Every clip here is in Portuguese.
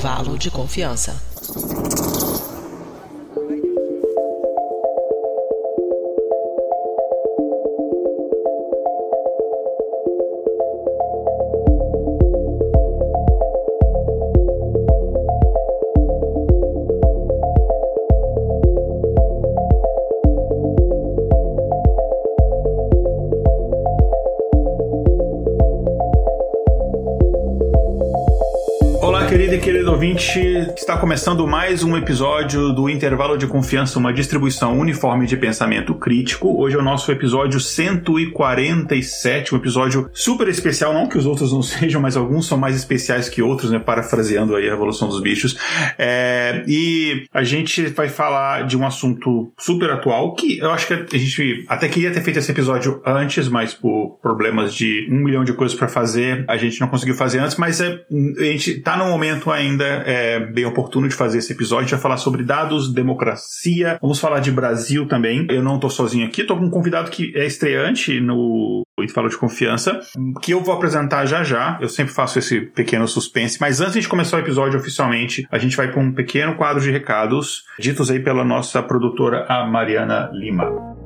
Intervalo de confiança. Querida e querido ouvinte, está começando mais um episódio do Intervalo de Confiança, uma distribuição uniforme de pensamento crítico. Hoje é o nosso episódio 147, um episódio super especial, não que os outros não sejam, mas alguns são mais especiais que outros, né, parafraseando aí a Revolução dos Bichos. E a gente vai falar de um assunto super atual, que eu acho que a gente até queria ter feito esse episódio antes, mas por problemas de 1 milhão de coisas para fazer, a gente não conseguiu fazer antes, mas a gente está num momento ainda bem oportuno de fazer esse episódio. A gente vai falar sobre dados, democracia, vamos falar de Brasil também. Eu não estou sozinho aqui, estou com um convidado que é estreante no Intervalo de Confiança, que eu vou apresentar já. Eu sempre faço esse pequeno suspense, mas antes de começar o episódio oficialmente, a gente vai para um pequeno quadro de recados, ditos aí pela nossa produtora, a Mariana Lima.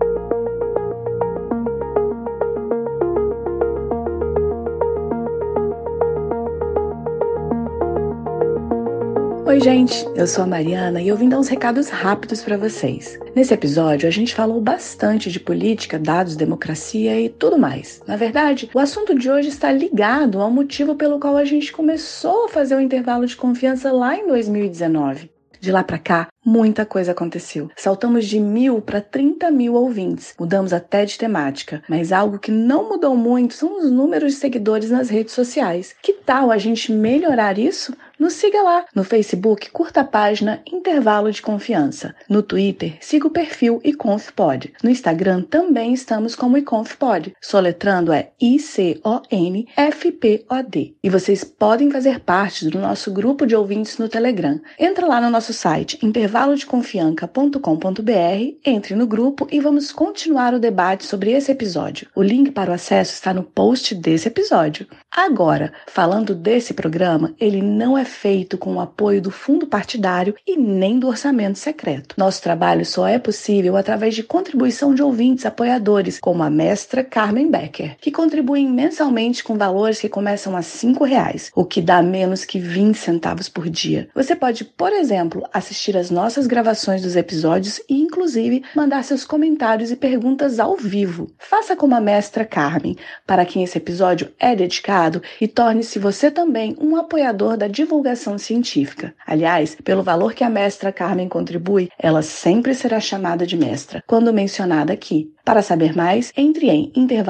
Oi gente, eu sou a Mariana e eu vim dar uns recados rápidos para vocês. Nesse episódio a gente falou bastante de política, dados, democracia e tudo mais. Na verdade, o assunto de hoje está ligado ao motivo pelo qual a gente começou a fazer o Intervalo de Confiança lá em 2019. De lá para cá, muita coisa aconteceu. Saltamos de 1.000 para 30.000 ouvintes. Mudamos até de temática. Mas algo que não mudou muito são os números de seguidores nas redes sociais. Que tal a gente melhorar isso? Nos siga lá. No Facebook, curta a página Intervalo de Confiança. No Twitter, siga o perfil iconfpod. No Instagram também estamos como iconfpod. Soletrando é ICONFPOD. E vocês podem fazer parte do nosso grupo de ouvintes no Telegram. Entra lá no nosso site intervalodeconfianca.com.br, entre no grupo e vamos continuar o debate sobre esse episódio. O link para o acesso está no post desse episódio. Agora, falando desse programa, ele não é feito com o apoio do fundo partidário e nem do orçamento secreto. Nosso trabalho só é possível através de contribuição de ouvintes apoiadores, como a mestra Carmen Becker, que contribuem mensalmente com valores que começam a R$5, o que dá menos que 20 centavos por dia. Você pode, por exemplo, assistir às nossas gravações dos episódios e, inclusive, mandar seus comentários e perguntas ao vivo. Faça como a mestra Carmen, para quem esse episódio é dedicado, e torne-se você também um apoiador da divulgação científica. Aliás, pelo valor que a mestra Carmen contribui, ela sempre será chamada de mestra, quando mencionada aqui. Para saber mais, entre em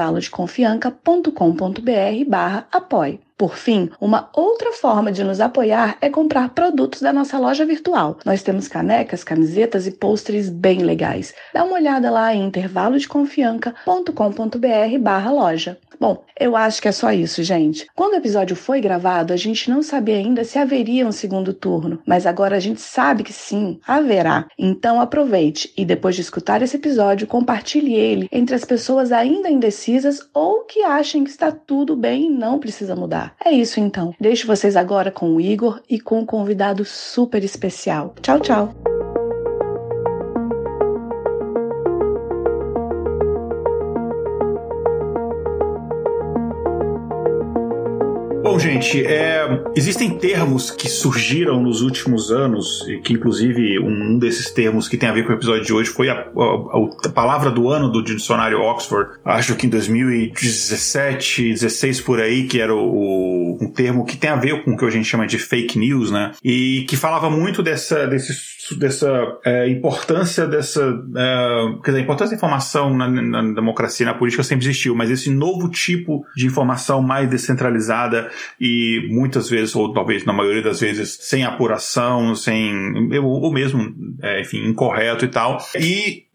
intervalodeconfianca.com.br/apoie. Por fim, uma outra forma de nos apoiar é comprar produtos da nossa loja virtual. Nós temos canecas, camisetas e pôsteres bem legais. Dá uma olhada lá em intervalodeconfianca.com.br/loja. Bom, eu acho que é só isso, gente. Quando o episódio foi gravado, a gente não sabia ainda se haveria um segundo turno, mas agora a gente sabe que sim, haverá. Então aproveite e depois de escutar esse episódio, compartilhe ele entre as pessoas ainda indecisas ou que achem que está tudo bem e não precisa mudar. É isso então. Deixo vocês agora com o Igor e com um convidado super especial. Tchau, tchau! Bom, gente, existem termos que surgiram nos últimos anos, e que inclusive um desses termos que tem a ver com o episódio de hoje foi a palavra do ano do dicionário Oxford, acho que em 2017, 16 por aí, que era um termo que tem a ver com o que a gente chama de fake news, né? E que falava muito dessa importância quer dizer, a importância da informação na democracia e na política sempre existiu, mas esse novo tipo de informação mais descentralizada e muitas vezes, ou talvez na maioria das vezes, sem apuração, ou mesmo, enfim, incorreto e tal. E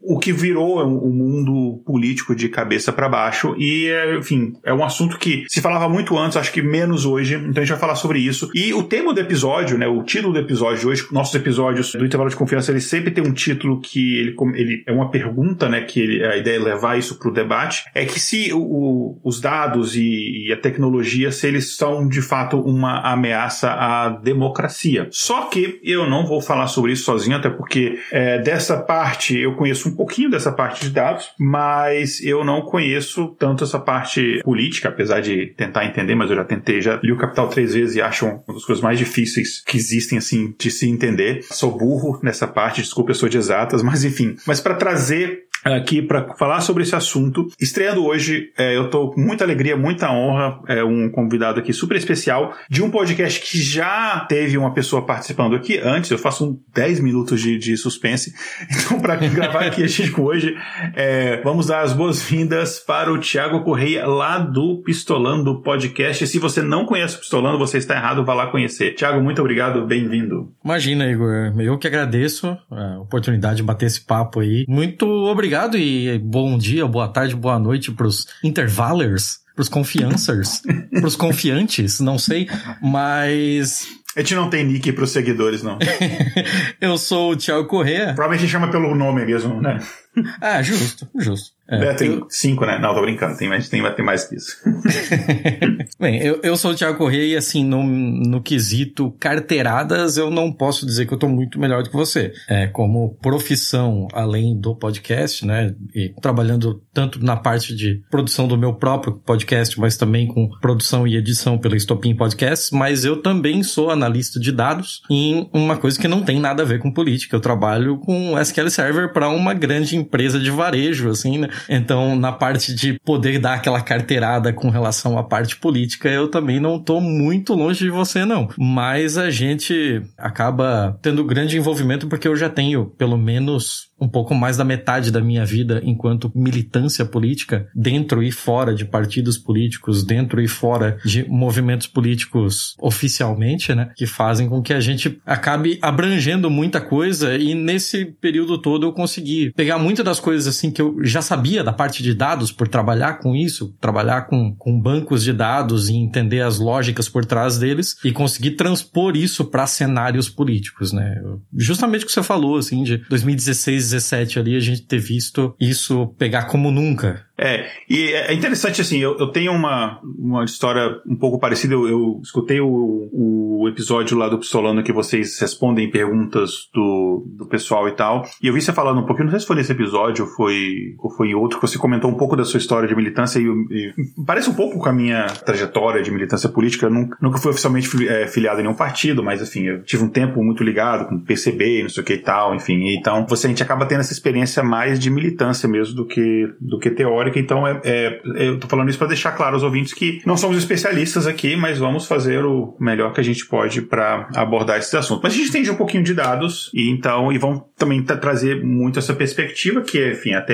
o que virou o mundo político de cabeça para baixo e, enfim, é um assunto que se falava muito antes, acho que menos hoje, então a gente vai falar sobre isso. E o tema do episódio, né, o título do episódio de hoje, nossos episódios do Intervalo de Confiança, ele sempre tem um título que ele é uma pergunta, né, que a ideia é levar isso para o debate, é que se os dados e a tecnologia, se eles são de fato uma ameaça à democracia. Só que eu não vou falar sobre isso sozinho, até porque dessa parte, eu conheço um pouquinho dessa parte de dados, mas eu não conheço tanto essa parte política, apesar de tentar entender, mas eu já tentei, já li o Capital 3 vezes e acho uma das coisas mais difíceis que existem, assim, de se entender. Sou burro nessa parte, desculpa, eu sou de exatas, mas enfim. Mas para trazer aqui para falar sobre esse assunto, estreando hoje, eu tô com muita alegria, muita honra, um convidado aqui super especial de um podcast que já teve uma pessoa participando aqui antes. Eu faço 10 minutos de suspense, então para gravar aqui a gente hoje, vamos dar as boas-vindas para o Thiago Correia, lá do Pistolando Podcast. E se você não conhece o Pistolando, você está errado, vá lá conhecer. Thiago, muito obrigado, bem-vindo. Imagina, Igor, eu que agradeço a oportunidade de bater esse papo aí. Muito obrigado e bom dia, boa tarde, boa noite pros intervalers, pros confiancers, pros confiantes, não sei, mas... A gente não tem nick pros seguidores, não. Eu sou o Thiago Correia. Provavelmente a gente chama pelo nome mesmo, né? Ah, justo. Tem 5, né? Não, tô brincando, tem mais que isso. Bem, eu sou o Thiago Correia e, assim, no quesito carteiradas, eu não posso dizer que eu tô muito melhor do que você. Como profissão, além do podcast, né? E trabalhando tanto na parte de produção do meu próprio podcast, mas também com produção e edição pela Estopim Podcasts, mas eu também sou analista de dados em uma coisa que não tem nada a ver com política. Eu trabalho com SQL Server para uma grande empresa de varejo, assim, né? Então, na parte de poder dar aquela carteirada com relação à parte política, eu também não tô muito longe de você, não. Mas a gente acaba tendo grande envolvimento porque eu já tenho, pelo menos, um pouco mais da metade da minha vida enquanto militância política, dentro e fora de partidos políticos, dentro e fora de movimentos políticos oficialmente, né? Que fazem com que a gente acabe abrangendo muita coisa, e nesse período todo eu consegui pegar muitas das coisas assim que eu já sabia da parte de dados por trabalhar com isso, trabalhar com bancos de dados e entender as lógicas por trás deles, e conseguir transpor isso para cenários políticos, né? Justamente o que você falou, assim, de 2016, 2017 ali, a gente ter visto isso pegar como nunca. E é interessante, assim, eu tenho uma história um pouco parecida. Eu escutei o episódio lá do Pistolando que vocês respondem perguntas do pessoal e tal, e eu vi você falando um pouquinho, não sei se foi nesse episódio ou foi em outro, que você comentou um pouco da sua história de militância, e parece um pouco com a minha trajetória de militância política. Eu nunca fui oficialmente filiado em nenhum partido, mas, enfim, eu tive um tempo muito ligado com o PCB, não sei o que e tal, enfim, então a gente acaba tendo essa experiência mais de militância mesmo do que teórica. Então eu tô falando isso para deixar claro aos ouvintes que não somos especialistas aqui, mas vamos fazer o melhor que a gente pode para abordar esses assuntos. Mas a gente entende um pouquinho de dados e vão também trazer muito essa perspectiva, que enfim, até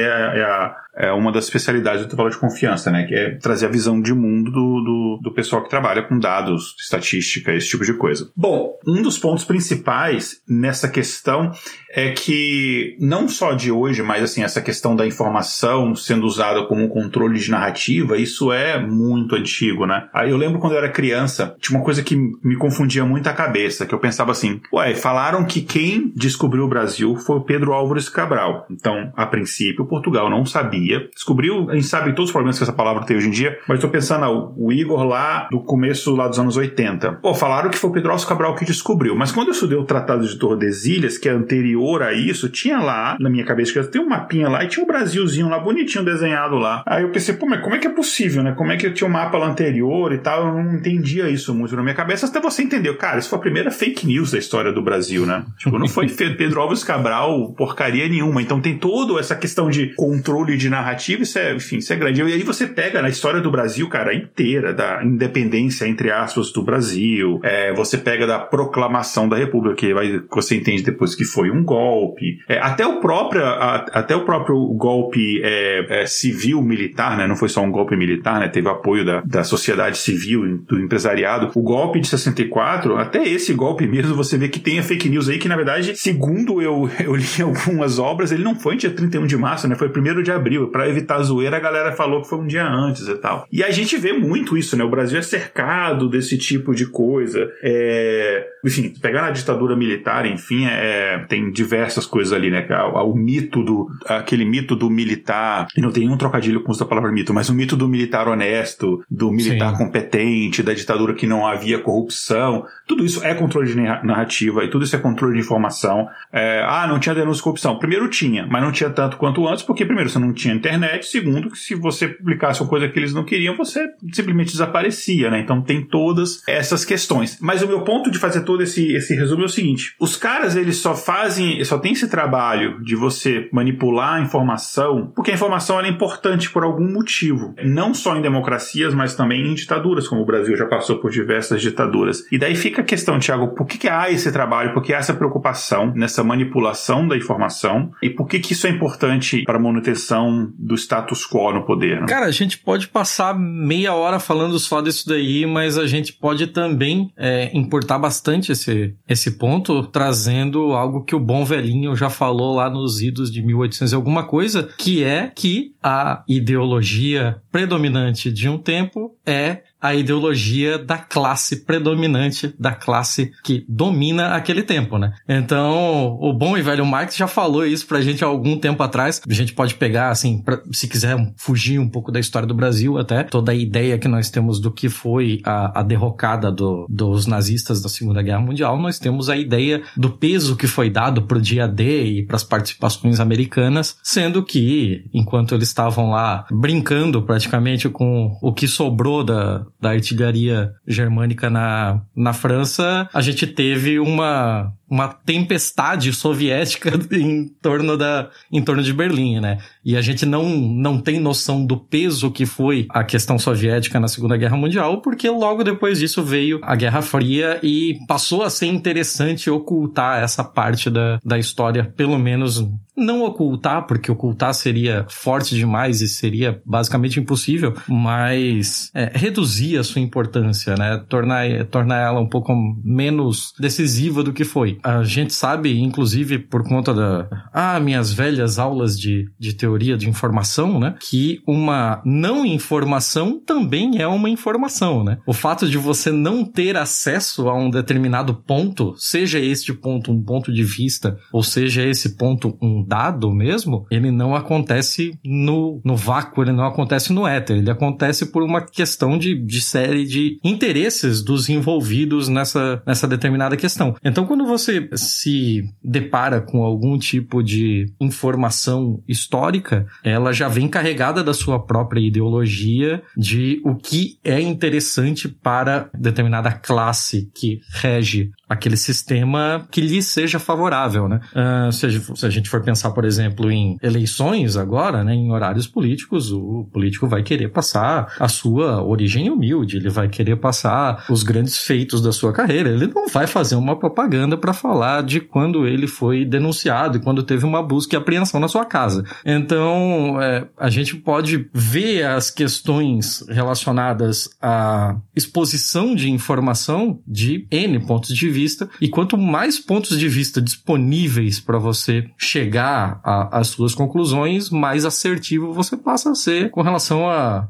é uma das especialidades do Intervalo de Confiança, né? Que é trazer a visão de mundo do pessoal que trabalha com dados, estatística, esse tipo de coisa. Bom, um dos pontos principais nessa questão é que não só de hoje, mas assim, essa questão da informação sendo usada como controle de narrativa, isso é muito antigo, né? Aí eu lembro quando eu era criança, tinha uma coisa que me confundia muito a cabeça, que eu pensava assim, falaram que quem descobriu o Brasil foi o Pedro Álvares Cabral. Então, a princípio, Portugal não sabia. Descobriu, a gente sabe todos os problemas que essa palavra tem hoje em dia, mas estou pensando, o Igor lá do começo lá dos anos 80. Falaram que foi o Pedro Álvares Cabral que descobriu, mas quando eu estudei o Tratado de Tordesilhas, que é anterior a isso, tinha lá, na minha cabeça, que tem um mapinha lá e tinha um Brasilzinho lá, bonitinho desenhado lá. Aí eu pensei, mas como é que é possível, né? Como é que eu tinha um mapa lá anterior e tal? Eu não entendia isso muito na minha cabeça, até você entendeu. Cara, isso foi a primeira fake news da história do Brasil, né? Tipo, não foi Pedro Álvares Cabral porcaria nenhuma. Então tem toda essa questão de controle de narrativa, isso é grande. E aí você pega na história do Brasil, cara, inteira, da independência, entre aspas, do Brasil, você pega da proclamação da República, que você entende depois que foi um golpe, até o próprio golpe civil-militar, né? Não foi só um golpe militar, né? Teve apoio da sociedade civil, do empresariado. O golpe de 64, até esse golpe mesmo, você vê que tem a fake news aí, que na verdade, segundo eu eu li algumas obras, ele não foi dia 31 de março, né? Foi 1º de abril. Pra evitar a zoeira, a galera falou que foi um dia antes e tal. E a gente vê muito isso, né? O Brasil é cercado desse tipo de coisa. Enfim, pegar na ditadura militar, enfim, tem diversas coisas ali, né? Aquele mito do militar, e não tem nenhum trocadilho com a palavra mito, mas o mito do militar honesto, do militar competente, da ditadura que não havia corrupção. Tudo isso é controle de narrativa e tudo isso é controle de informação. Não tinha denúncia de corrupção. Primeiro tinha, mas não tinha tanto quanto antes, porque primeiro você não tinha internet, segundo, se você publicasse uma coisa que eles não queriam, você simplesmente desaparecia, né? Então tem todas essas questões. Mas o meu ponto de fazer todo esse resumo é o seguinte: os caras, eles só tem esse trabalho de você manipular a informação, porque a informação ela é importante por algum motivo. Não só em democracias, mas também em ditaduras, como o Brasil já passou por diversas ditaduras. E daí fica a questão, Thiago, por que há esse trabalho, por que há essa preocupação nessa manipulação da informação e por que isso é importante para a manutenção do status quo no poder, né? Cara, a gente pode passar meia hora falando só disso daí, mas a gente pode também importar bastante esse ponto, trazendo algo que o bom velhinho já falou lá nos idos de 1800 e alguma coisa, que é que a ideologia predominante de um tempo é a ideologia da classe predominante, da classe que domina aquele tempo, né? Então, o bom e velho Marx já falou isso pra gente há algum tempo atrás. A gente pode pegar, assim, se quiser fugir um pouco da história do Brasil até, toda a ideia que nós temos do que foi a derrocada dos nazistas da Segunda Guerra Mundial, nós temos a ideia do peso que foi dado pro dia D e pras participações americanas, sendo que, enquanto eles estavam lá brincando praticamente com o que sobrou da artilharia germânica na França, a gente teve uma tempestade soviética em torno de Berlim, né? E a gente não tem noção do peso que foi a questão soviética na Segunda Guerra Mundial, porque logo depois disso veio a Guerra Fria e passou a ser interessante ocultar essa parte da história, pelo menos não ocultar, porque ocultar seria forte demais e seria basicamente impossível, mas reduzir a sua importância, né? Tornar ela um pouco menos decisiva do que foi. A gente sabe, inclusive, por conta minhas velhas aulas de teoria de informação, né? Que uma não informação também é uma informação, né? O fato de você não ter acesso a um determinado ponto, seja este ponto um ponto de vista, ou seja esse ponto um dado mesmo, ele não acontece no vácuo, ele não acontece no éter, ele acontece por uma questão de série de interesses dos envolvidos nessa determinada questão. Então, quando você se depara com algum tipo de informação histórica, ela já vem carregada da sua própria ideologia de o que é interessante para determinada classe que rege aquele sistema que lhe seja favorável, né? Se a gente for pensar, por exemplo, em eleições agora, né, em horários políticos, o político vai querer passar a sua origem humilde, ele vai querer passar os grandes feitos da sua carreira, ele não vai fazer uma propaganda para falar de quando ele foi denunciado e quando teve uma busca e apreensão na sua casa. Então, a gente pode ver as questões relacionadas à exposição de informação de N pontos de vista, e quanto mais pontos de vista disponíveis para você chegar às suas conclusões, mais assertivo você passa a ser com relação a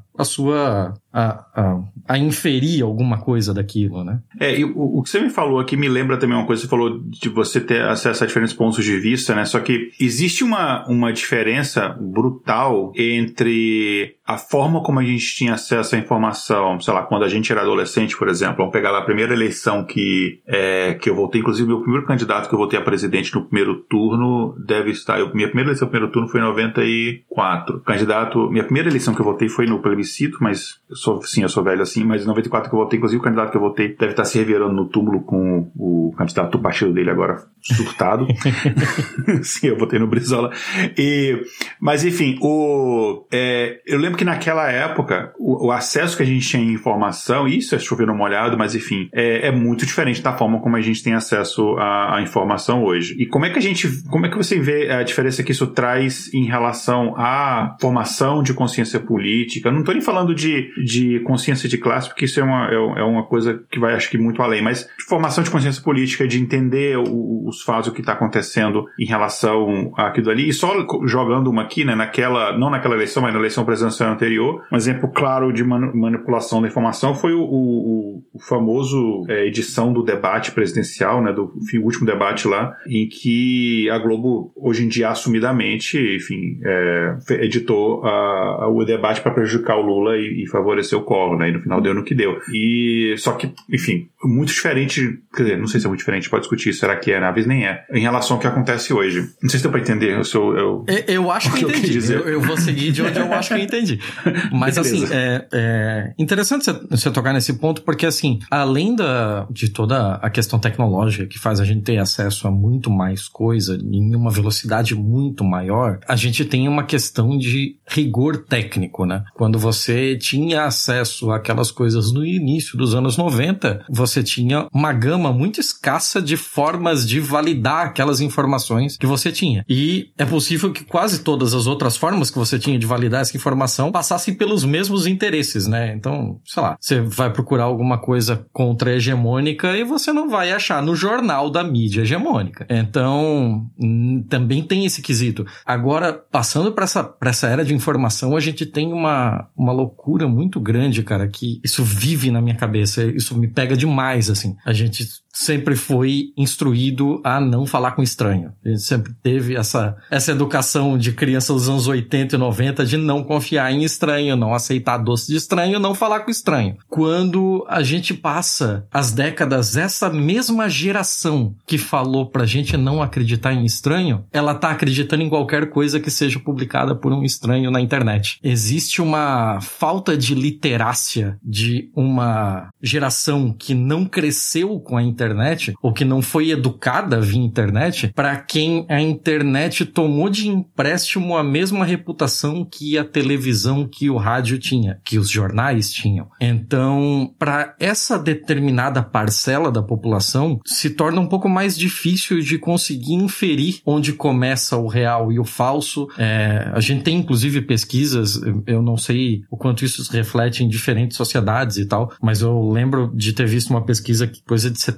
inferir alguma coisa daquilo, né? E o que você me falou aqui me lembra também uma coisa, você falou de você ter acesso a diferentes pontos de vista, né? Só que existe uma diferença brutal entre a forma como a gente tinha acesso à informação, sei lá, quando a gente era adolescente, por exemplo. Vamos pegar lá a primeira eleição que eu votei, inclusive meu primeiro candidato que eu votei a presidente no primeiro turno deve estar... Minha primeira eleição no primeiro turno foi em 94. Minha primeira eleição que eu votei foi no plebiscito, mas eu sou velho assim, mas em 94 que eu votei, inclusive o candidato que eu votei deve estar se revirando no túmulo com o candidato do partido dele agora surtado. Sim, eu votei no Brizola. Mas enfim, eu lembro que naquela época o acesso que a gente tinha à informação, isso é chover no molhado, mas enfim, é muito diferente da forma como a gente tem acesso à informação hoje. E como é que você vê a diferença que isso traz em relação à formação de consciência política? Eu não estou nem falando de consciência de classe, porque isso é uma coisa que vai, acho que, muito além. Mas formação de consciência política, de entender os fatos, o que está acontecendo em relação àquilo ali. E só jogando uma aqui, né, não naquela eleição, mas na eleição presidencial anterior, um exemplo claro de manipulação da informação foi o famoso edição do debate presidencial, né, do último debate lá, em que a Globo, hoje em dia, assumidamente, enfim, editou o debate para prejudicar o Lula e favorecer o Collor, né, e no final deu no que deu. E só que, enfim, muito diferente, quer dizer, não sei se é muito diferente, pode discutir, será que é, às vezes nem é, em relação ao que acontece hoje. Não sei se deu pra entender eu acho que eu entendi. Eu vou seguir de onde eu acho que eu entendi. Mas beleza. Assim, é interessante você tocar nesse ponto, porque assim, além de toda a questão tecnológica que faz a gente ter acesso a muito mais coisa em uma velocidade muito maior, a gente tem uma questão de rigor técnico, né? Quando você tinha acesso àquelas coisas no início dos anos 90, você tinha uma gama muito escassa de formas de validar aquelas informações que você tinha. E é possível que quase todas as outras formas que você tinha de validar essa informação passassem pelos mesmos interesses, né? Então, sei lá, você vai procurar alguma coisa contra-hegemônica e você não vai achar no jornal da mídia hegemônica. Então, também tem esse quesito. Agora, passando para essa era de informação, a gente tem uma loucura muito grande, cara, que isso vive na minha cabeça, isso me pega demais, assim. A gente sempre foi instruído a não falar com estranho. A gente sempre teve essa educação de criança dos anos 80 e 90 de não confiar em estranho, não aceitar doce de estranho, não falar com estranho. Quando a gente passa as décadas, essa mesma geração que falou pra gente não acreditar em estranho, ela tá acreditando em qualquer coisa que seja publicada por um estranho na internet. Existe uma falta de literácia de uma geração que não cresceu com a internet, ou que não foi educada via internet, para quem a internet tomou de empréstimo a mesma reputação que a televisão, que o rádio tinha, que os jornais tinham. Então, para essa determinada parcela da população, se torna um pouco mais difícil de conseguir inferir onde começa o real e o falso. A gente tem, inclusive, pesquisas, eu não sei o quanto isso se reflete em diferentes sociedades e tal, mas eu lembro de ter visto uma pesquisa que coisa de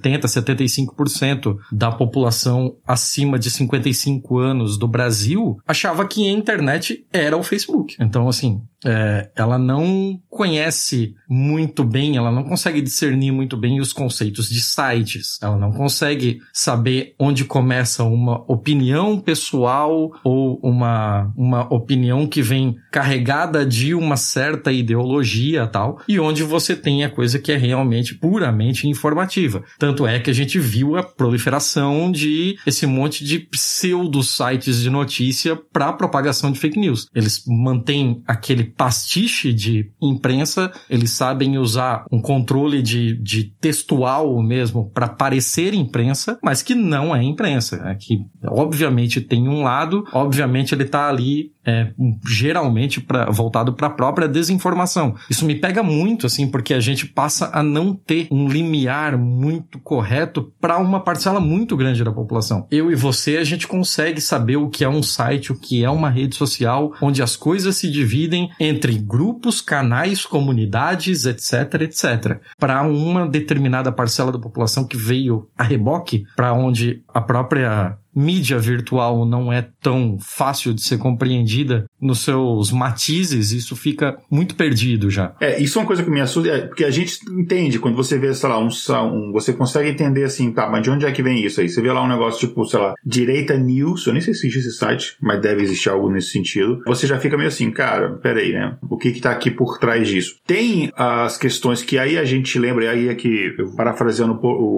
75% da população acima de 55 anos do Brasil achava que a internet era o Facebook. Então, assim, ela não conhece muito bem, ela não consegue discernir muito bem os conceitos de sites. Ela não consegue saber onde começa uma opinião pessoal ou uma opinião que vem carregada de uma certa ideologia tal, e onde você tem a coisa que é realmente puramente informativa. Tanto é que a gente viu a proliferação de esse monte de pseudo-sites de notícia para propagação de fake news. Eles mantêm aquele pastiche de imprensa, eles sabem usar um controle de textual mesmo para parecer imprensa, mas que não é imprensa. Que obviamente tem um lado, obviamente ele tá ali geralmente voltado para a própria desinformação. Isso me pega muito, assim, porque a gente passa a não ter um limiar muito correto para uma parcela muito grande da população. Eu e você, a gente consegue saber o que é um site, o que é uma rede social, onde as coisas se dividem entre grupos, canais, comunidades, etc, etc. Para uma determinada parcela da população que veio a reboque, para onde a própria mídia virtual não é tão fácil de ser compreendida nos seus matizes, isso fica muito perdido já. Isso é uma coisa que me assusta, porque a gente entende, quando você vê, sei lá, você consegue entender assim, tá, mas de onde é que vem isso aí? Você vê lá um negócio tipo, sei lá, Direita News, eu nem sei se existe esse site, mas deve existir algo nesse sentido. Você já fica meio assim, cara, peraí, né? O que tá aqui por trás disso? Tem as questões que aí a gente lembra, e aí é que, parafraseando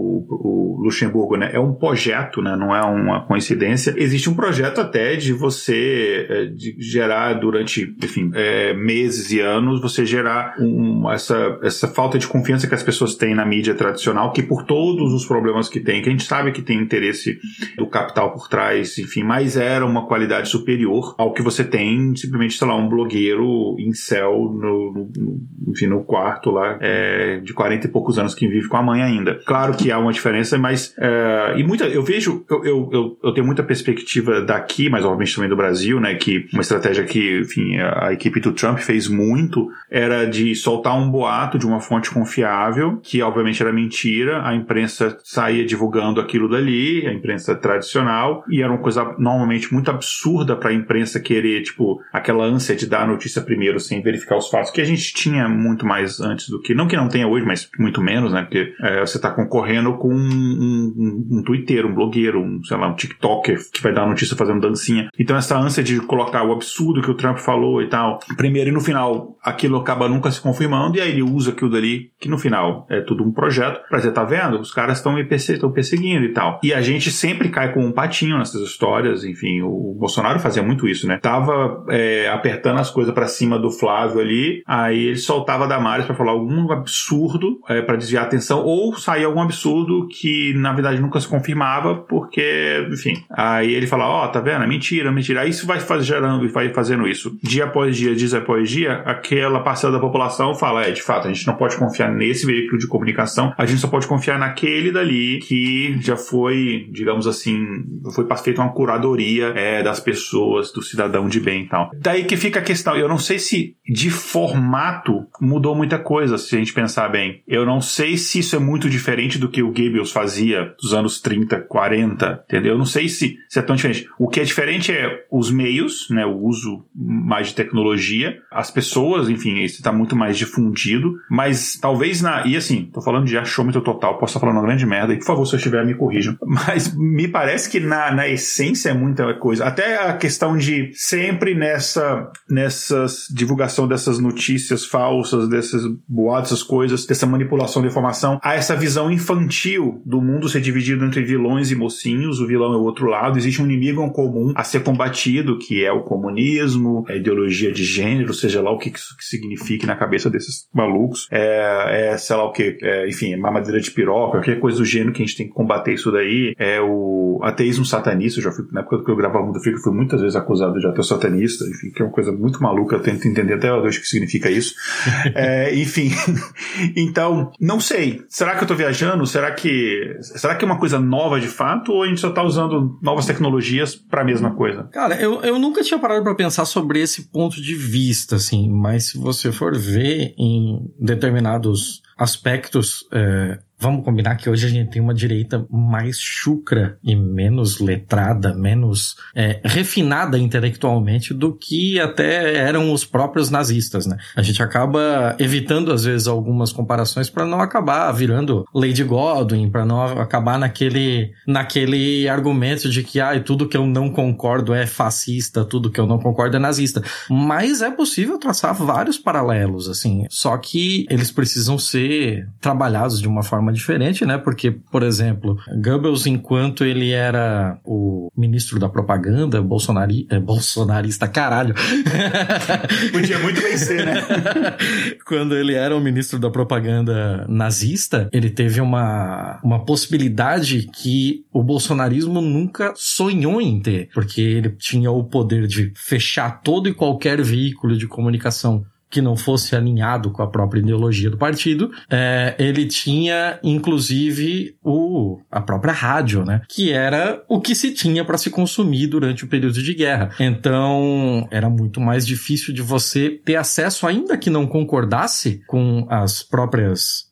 o Luxemburgo, né? É um projeto, né? Não é uma coincidência. Existe um projeto até de você de gerar durante, enfim, meses e anos, você gerar essa falta de confiança que as pessoas têm na mídia tradicional, que por todos os problemas que tem, que a gente sabe que tem interesse do capital por trás, enfim, mas era uma qualidade superior ao que você tem simplesmente, sei lá, um blogueiro incel no quarto lá, de 40 e poucos anos que vive com a mãe ainda. Claro que há uma diferença, mas eu vejo, eu eu tenho muita perspectiva daqui, mas obviamente também do Brasil, né, que uma estratégia que, enfim, a equipe do Trump fez muito era de soltar um boato de uma fonte confiável, que obviamente era mentira, a imprensa saía divulgando aquilo dali, a imprensa tradicional, e era uma coisa normalmente muito absurda para a imprensa querer, tipo, aquela ânsia de dar a notícia primeiro sem verificar os fatos, que a gente tinha muito mais antes do que, não que não tenha hoje, mas muito menos, né, porque você está concorrendo com um twitteiro, um blogueiro, sei lá, um tiktoker que vai dar a notícia fazendo dancinha. Então essa ânsia de colocar o absurdo que o Trump falou e tal, primeiro e no final, aquilo acaba nunca se confirmando, e aí ele usa aquilo dali, que no final é tudo um projeto, pra dizer, tá vendo? Os caras estão perseguindo e tal. E a gente sempre cai com um patinho nessas histórias, enfim, o Bolsonaro fazia muito isso, né? Tava apertando as coisas pra cima do Flávio ali, aí ele soltava a Damares pra falar algum absurdo pra desviar a atenção, ou saía algum absurdo que na verdade nunca se confirmava, porque, enfim, aí ele fala, tá vendo? É mentira. Aí isso vai gerando e vai fazendo isso. Dia após dia, aquela parcela da população fala, de fato, a gente não pode confiar nesse veículo de comunicação, a gente só pode confiar naquele dali que já foi, digamos assim, foi feita uma curadoria das pessoas, do cidadão de bem e tal. Daí que fica a questão, eu não sei se de formato mudou muita coisa, se a gente pensar bem. Eu não sei se isso é muito diferente do que o Goebbels fazia dos anos 30, 40, entendeu? Eu não sei se é tão diferente. O que é diferente é os meios, né, o uso mais de tecnologia, as pessoas, enfim, isso está muito mais difundido, mas talvez e assim, tô falando de achômetro total, posso estar falando uma grande merda, e por favor, se eu estiver, me corrijam, mas me parece que na essência é muita coisa, até a questão de sempre nessas divulgação dessas notícias falsas, desses boatos, essas coisas, dessa manipulação de informação, há essa visão infantil do mundo ser dividido entre vilões e mocinhos, o vilão é o outro lado, existe um inimigo comum a ser combatido, que é o comunismo, a ideologia de gênero, seja lá o que isso signifique na cabeça desses malucos, sei lá o que, enfim, mamadeira de piroca, qualquer coisa do gênero que a gente tem que combater isso daí, o ateísmo satanista, eu já fui, na época que eu gravava Mundo Freak, eu fui muitas vezes acusado de ateu satanista, enfim, que é uma coisa muito maluca, eu tento entender até hoje o que significa isso. Enfim, então, não sei, será que eu tô viajando? Será que é uma coisa nova de fato, ou a gente só tá usando novas tecnologias pra mesma coisa? Cara, eu nunca tinha parado pra pensar sobre esse ponto de vista, assim, mas se você for ver em determinados aspectos, vamos combinar que hoje a gente tem uma direita mais chucra e menos letrada, menos refinada intelectualmente do que até eram os próprios nazistas, né? A gente acaba evitando, às vezes, algumas comparações para não acabar virando Lady Godwin, para não acabar naquele argumento de que tudo que eu não concordo é fascista, tudo que eu não concordo é nazista. Mas é possível traçar vários paralelos, assim, só que eles precisam ser trabalhados de uma forma diferente, né? Porque, por exemplo, Goebbels, enquanto ele era o ministro da propaganda bolsonarista, caralho. Podia muito bem ser, né? Quando ele era o ministro da propaganda nazista, ele teve uma possibilidade que o bolsonarismo nunca sonhou em ter, porque ele tinha o poder de fechar todo e qualquer veículo de comunicação que não fosse alinhado com a própria ideologia do partido. Ele tinha, inclusive, a própria rádio, né? Que era o que se tinha para se consumir durante o período de guerra. Então, era muito mais difícil de você ter acesso, ainda que não concordasse com as próprias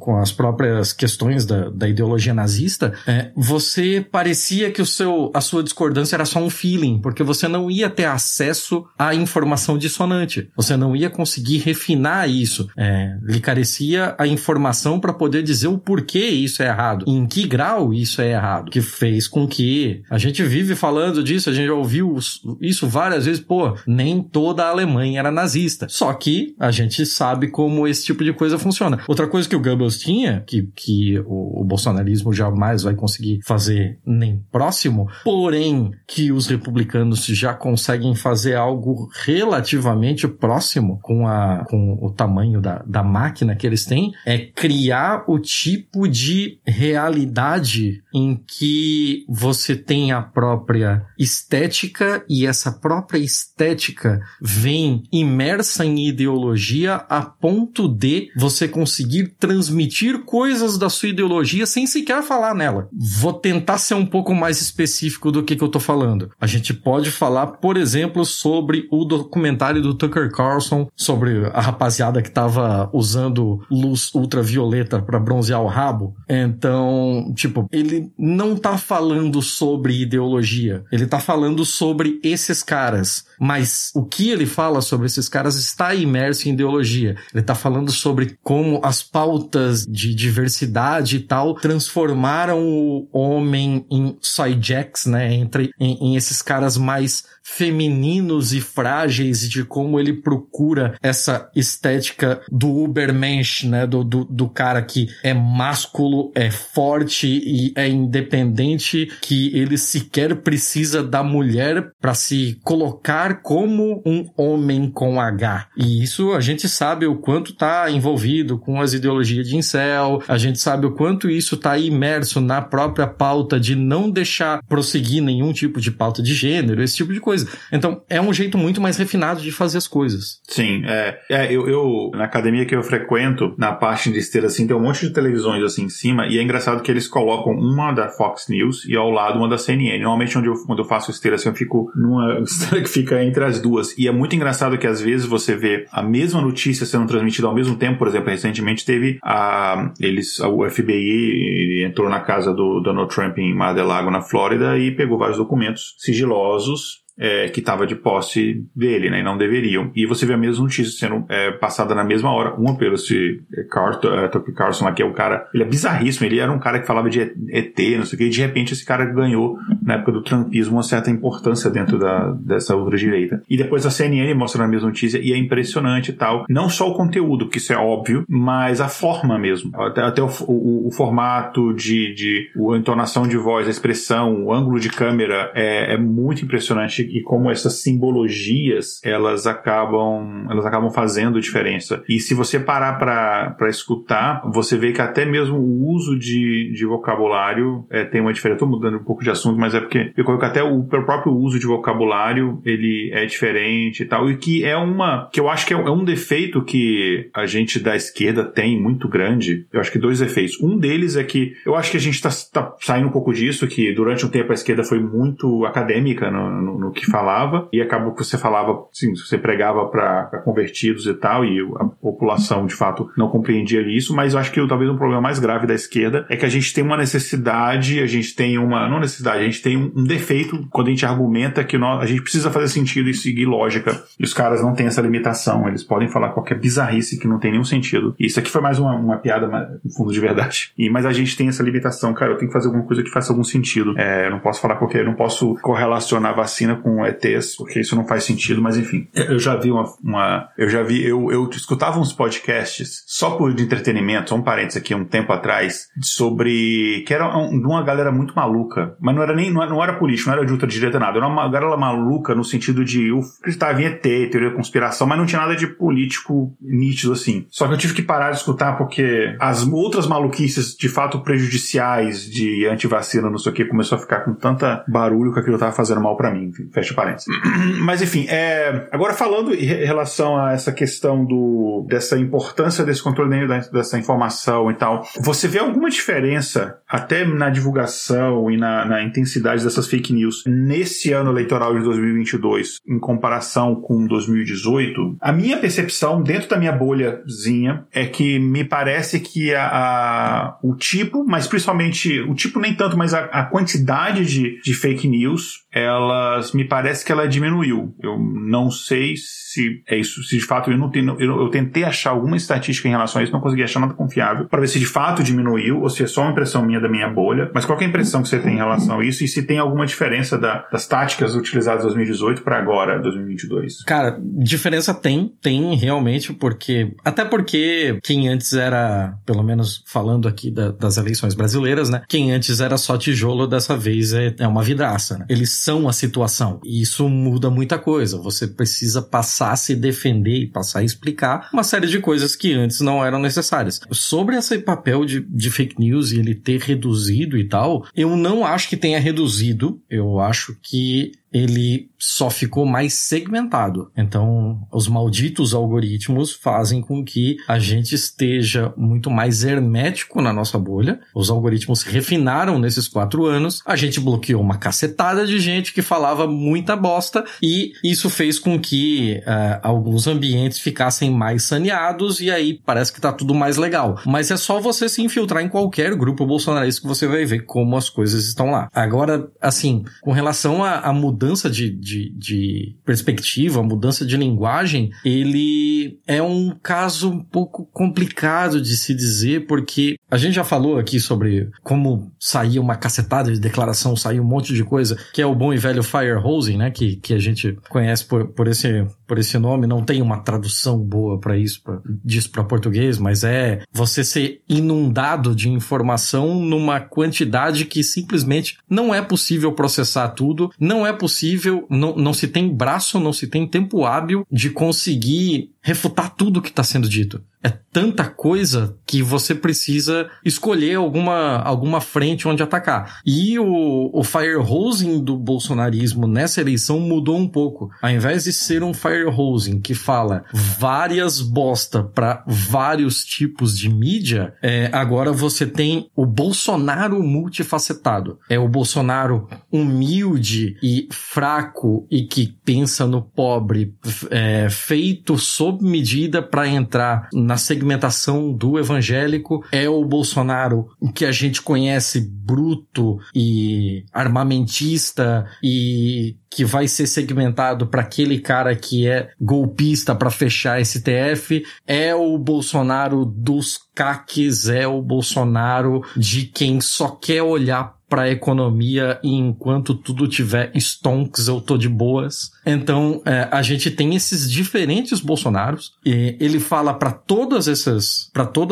questões da ideologia nazista, você parecia que a sua discordância era só um feeling, porque você não ia ter acesso à informação dissonante. Você não ia conseguir refinar isso. Lhe carecia a informação para poder dizer o porquê isso é errado, em que grau isso é errado, que fez com que a gente vive falando disso, a gente já ouviu isso várias vezes, nem toda a Alemanha era nazista. Só que a gente sabe como esse tipo de coisa funciona. Outra coisa que o Goebbels tinha, que o bolsonarismo jamais vai conseguir fazer nem próximo, porém que os republicanos já conseguem fazer algo relativamente próximo com o tamanho da máquina que eles têm, é criar o tipo de realidade em que você tem a própria estética e essa própria estética vem imersa em ideologia a ponto de você conseguir transmitir coisas da sua ideologia sem sequer falar nela. Vou tentar ser um pouco mais específico do que eu tô falando. A gente pode falar, por exemplo, sobre o documentário do Tucker Carlson, sobre a rapaziada que tava usando luz ultravioleta pra bronzear o rabo. Então, tipo, ele não tá falando sobre ideologia. Ele tá falando sobre esses caras. Mas o que ele fala sobre esses caras está imerso em ideologia. Ele tá falando sobre como as pautas de diversidade e tal transformaram o homem em soyjacks, né? Em esses caras mais femininos e frágeis, de como ele procura essa estética do Ubermensch, né? Do cara que é másculo, é forte e é independente, que ele sequer precisa da mulher para se colocar como um homem com H. E isso a gente sabe o quanto tá envolvido com as ideologias de incel, a gente sabe o quanto isso tá imerso na própria pauta de não deixar prosseguir nenhum tipo de pauta de gênero, esse tipo de coisa. Então, é um jeito muito mais refinado de fazer as coisas. Sim, eu na academia que eu frequento, na parte de esteira, assim, tem um monte de televisões assim em cima, e é engraçado que eles colocam uma da Fox News e ao lado uma da CNN. Normalmente, quando eu faço esteira, assim, eu fico numa esteira que fica entre as duas. E é muito engraçado que, às vezes, você vê a mesma notícia sendo transmitida ao mesmo tempo. Por exemplo, recentemente teve o FBI entrou na casa do Donald Trump em Mar-a-Lago, na Flórida, e pegou vários documentos sigilosos que estava de posse dele, né, e não deveriam. E você vê a mesma notícia sendo passada na mesma hora, uma pelo Tucker Carlson, lá, que é o cara, ele é bizarríssimo, ele era um cara que falava de ET, não sei o que, e de repente esse cara ganhou, na época do trumpismo, uma certa importância dentro dessa ultradireita. E depois a CNN mostra a mesma notícia, e é impressionante e tal, não só o conteúdo, que isso é óbvio, mas a forma mesmo, até o formato a entonação de voz, a expressão, o ângulo de câmera, é muito impressionante, e como essas simbologias elas acabam fazendo diferença. E se você parar para escutar, você vê que até mesmo o uso de vocabulário tem uma diferença. Estou mudando um pouco de assunto, mas é porque eu coloco até o próprio uso de vocabulário, ele é diferente e tal, e que que eu acho que é um defeito que a gente da esquerda tem muito grande. Eu acho que 2 defeitos. Um deles é que eu acho que a gente tá saindo um pouco disso, que durante um tempo a esquerda foi muito acadêmica no que falava, e acabou que você falava, sim, você pregava para convertidos e tal, e a população de fato não compreendia isso, mas eu acho que talvez um problema mais grave da esquerda é que a gente tem uma necessidade, a gente tem um defeito quando a gente argumenta que a gente precisa fazer sentido e seguir lógica, e os caras não têm essa limitação, eles podem falar qualquer bizarrice que não tem nenhum sentido. E isso aqui foi mais uma piada, no fundo, de verdade. Mas a gente tem essa limitação, cara, eu tenho que fazer alguma coisa que faça algum sentido. Eu não posso falar eu não posso correlacionar a vacina com ETs, porque isso não faz sentido, mas enfim. Eu já vi eu escutava uns podcasts só de entretenimento, só um parênteses aqui, um tempo atrás, sobre, que era de uma galera muito maluca, mas não era político, não era de ultradireita, nada, era uma galera maluca no sentido de eu acreditava em ET, teoria da conspiração, mas não tinha nada de político nítido assim. Só que eu tive que parar de escutar porque as outras maluquices de fato prejudiciais de antivacina, não sei o que, começou a ficar com tanta barulho que aquilo tava fazendo mal pra mim, enfim, fecha parênteses. Mas enfim, agora falando em relação a essa questão dessa importância desse controle dessa informação e tal, você vê alguma diferença até na divulgação e na intensidade dessas fake news nesse ano eleitoral de 2022 em comparação com 2018? A minha percepção dentro da minha bolhazinha é que me parece que o tipo, mas principalmente o tipo nem tanto, mas a quantidade de fake news, me parece que ela diminuiu. Eu não sei se é isso, se de fato eu tentei achar alguma estatística em relação a isso, não consegui achar nada confiável para ver se de fato diminuiu ou se é só uma impressão minha da minha bolha, mas qual que é a impressão que você tem em relação a isso e se tem alguma diferença das táticas utilizadas em 2018 para agora, 2022? Cara, diferença tem realmente, até porque quem antes era, pelo menos falando aqui das eleições brasileiras, né, quem antes era só tijolo, dessa vez é uma vidraça, né? Eles são a situação, e isso muda muita coisa. Você precisa passar a se defender e passar a explicar uma série de coisas que antes não eram necessárias. Sobre esse papel de fake news e ele ter reduzido e tal, eu não acho que tenha reduzido, eu acho que ele só ficou mais segmentado. Então, os malditos algoritmos fazem com que a gente esteja muito mais hermético na nossa bolha. Os algoritmos refinaram nesses 4 anos. A gente bloqueou uma cacetada de gente que falava muita bosta e isso fez com que alguns ambientes ficassem mais saneados e aí parece que tá tudo mais legal. Mas é só você se infiltrar em qualquer grupo bolsonarista que você vai ver como as coisas estão lá. Agora, assim, com relação à mudança de perspectiva, a mudança de linguagem, ele é um caso um pouco complicado de se dizer, porque a gente já falou aqui sobre como saía uma cacetada de declaração, saía um monte de coisa, que é o bom e velho firehosing, né, que a gente conhece por esse nome. Não tem uma tradução boa para isso, disso para português, mas é você ser inundado de informação numa quantidade que simplesmente não é possível processar tudo, não é possível, não se tem braço, não se tem tempo hábil de conseguir refutar tudo que está sendo dito. É tanta coisa que você precisa escolher alguma frente onde atacar. E o firehosing do bolsonarismo nessa eleição mudou um pouco. Ao invés de ser um firehosing que fala várias bosta para vários tipos de mídia, agora você tem o Bolsonaro multifacetado. É o Bolsonaro humilde e fraco e que pensa no pobre, feito sob medida para entrar na segmentação do evangélico. É o Bolsonaro que a gente conhece bruto e armamentista e que vai ser segmentado para aquele cara que é golpista para fechar STF. É o Bolsonaro dos caques, é o Bolsonaro de quem só quer olhar para a economia e enquanto tudo tiver stonks eu tô de boas. Então, a gente tem esses diferentes Bolsonaros e ele fala para todas essas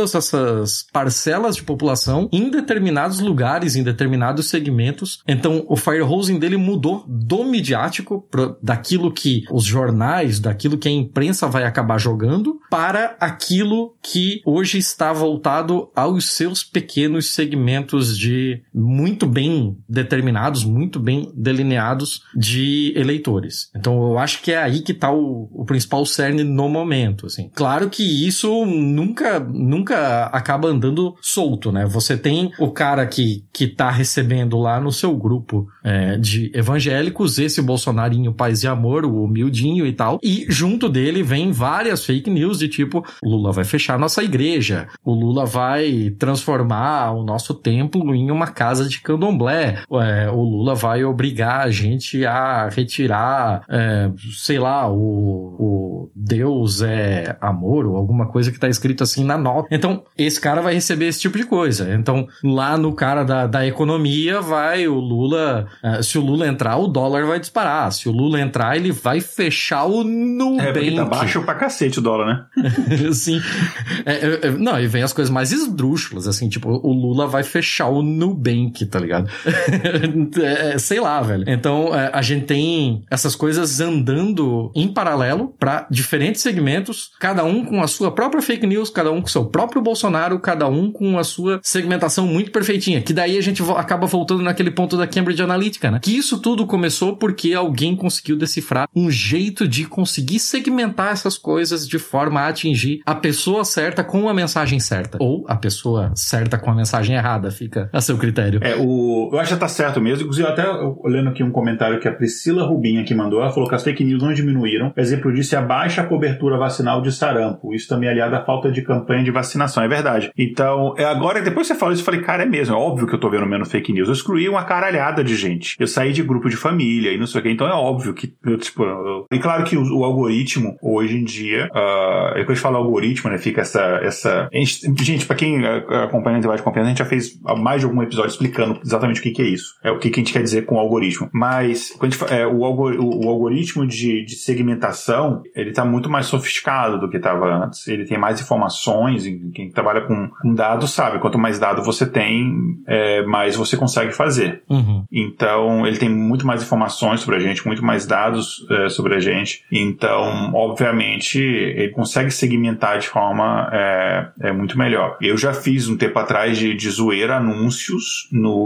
parcelas de população em determinados lugares, em determinados segmentos. Então, o firehosing dele mudou do midiático, daquilo que os jornais, daquilo que a imprensa vai acabar jogando, para aquilo que hoje está voltado aos seus pequenos segmentos de muito bem determinados, muito bem delineados de eleitores. Então eu acho que é aí que está o principal cerne no momento, assim. Claro que isso nunca acaba andando solto, né? Você tem o cara que tá recebendo lá no seu grupo de evangélicos, esse bolsonarinho paz e amor, o humildinho e tal, e junto dele vem várias fake news de tipo, o Lula vai fechar nossa igreja, o Lula vai transformar o nosso templo em uma casa de candomblé, o Lula vai obrigar a gente a retirar, sei lá, o Deus é amor, ou alguma coisa que tá escrito assim na nota. Então, esse cara vai receber esse tipo de coisa. Então, lá no cara da economia vai o Lula, se o Lula entrar, o dólar vai disparar. Se o Lula entrar, ele vai fechar o Nubank. Porque tá baixo pra cacete o dólar, né? Sim. Não, e vem as coisas mais esdrúxulas, assim, tipo, o Lula vai fechar o Nubank, tá ligado? Sei lá, velho. Então, a gente tem essas coisas andando em paralelo pra diferentes segmentos, cada um com a sua própria fake news, cada um com o seu próprio Bolsonaro, cada um com a sua segmentação muito perfeitinha, que daí a gente acaba voltando naquele ponto da Cambridge Analytica, né? Que isso tudo começou porque alguém conseguiu decifrar um jeito de conseguir segmentar essas coisas de forma a atingir a pessoa certa com a mensagem certa. Ou a pessoa certa com a mensagem errada, fica a seu critério. Eu acho que tá certo mesmo. Inclusive, até olhando aqui um comentário que a Priscila Rubinha aqui mandou, ela falou que as fake news não diminuíram. Exemplo disso é a baixa cobertura vacinal de sarampo. Isso também é aliado à falta de campanha de vacinação. É verdade. Então, agora, depois que você falou isso, eu falei, cara, é mesmo. É óbvio que eu tô vendo menos fake news. Eu excluí uma caralhada de gente. Eu saí de grupo de família e não sei o que. Então, é óbvio que, E claro que o algoritmo, hoje em dia, depois de falar algoritmo, né, fica essa... Gente, pra quem acompanha o debate de confiança, a gente já fez mais de algum episódio explicando exatamente o que é isso. O que a gente quer dizer com o algoritmo. Mas, quando a gente, o algoritmo de segmentação, ele tá muito mais sofisticado do que estava antes. Ele tem mais informações, e quem trabalha com dados sabe, quanto mais dados você tem, mais você consegue fazer. Uhum. Então, ele tem muito mais informações sobre a gente, muito mais dados sobre a gente. Então, obviamente, ele consegue segmentar de forma muito melhor. Eu já fiz um tempo atrás de zoeira anúncios no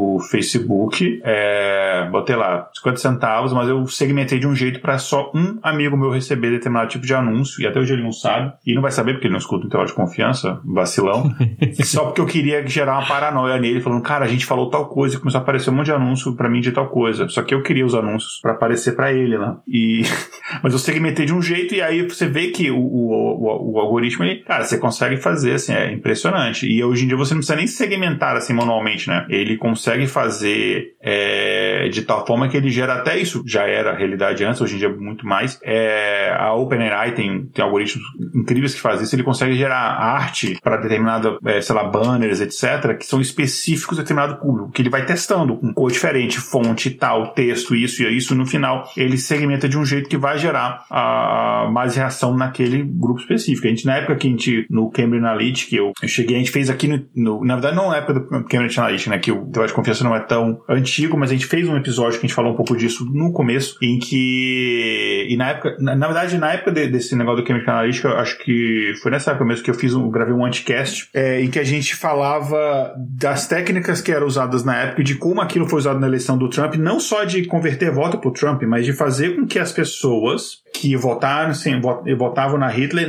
no Facebook, botei lá 50 centavos, mas eu segmentei de um jeito para só um amigo meu receber determinado tipo de anúncio, e até hoje ele não sabe, e não vai saber porque ele não escuta o intervalo de confiança, vacilão, só porque eu queria gerar uma paranoia nele, falando, cara, a gente falou tal coisa, e começou a aparecer um monte de anúncio pra mim de tal coisa, só que eu queria os anúncios pra aparecer pra ele lá, mas eu segmentei de um jeito, e aí você vê que o algoritmo, ele, cara, você consegue fazer, assim, é impressionante, e hoje em dia você não precisa nem segmentar assim manualmente, né, ele consegue fazer de tal forma que ele gera até isso, já era a realidade antes, hoje em dia muito mais, a OpenAI tem algoritmos incríveis que fazem isso, ele consegue gerar arte para determinada, sei lá, banners, etc., que são específicos a determinado público, que ele vai testando com cor diferente, fonte e tal, texto, isso e isso, no final ele segmenta de um jeito que vai gerar mais reação naquele grupo específico. A gente, na época que a gente, no Cambridge Analytica, eu cheguei, a gente fez aqui na verdade não na época do Cambridge Analytica, né, que o intervalo de confiança não é tão antigo, mas a gente fez um episódio que a gente falou um pouco disso no começo, em que, e na época, na verdade, na época desse negócio do Cambridge Analytica, eu acho que foi nessa época mesmo que eu gravei um anticast, em que a gente falava das técnicas que eram usadas na época, de como aquilo foi usado na eleição do Trump, não só de converter voto pro Trump, mas de fazer com que as pessoas que votavam na Hillary,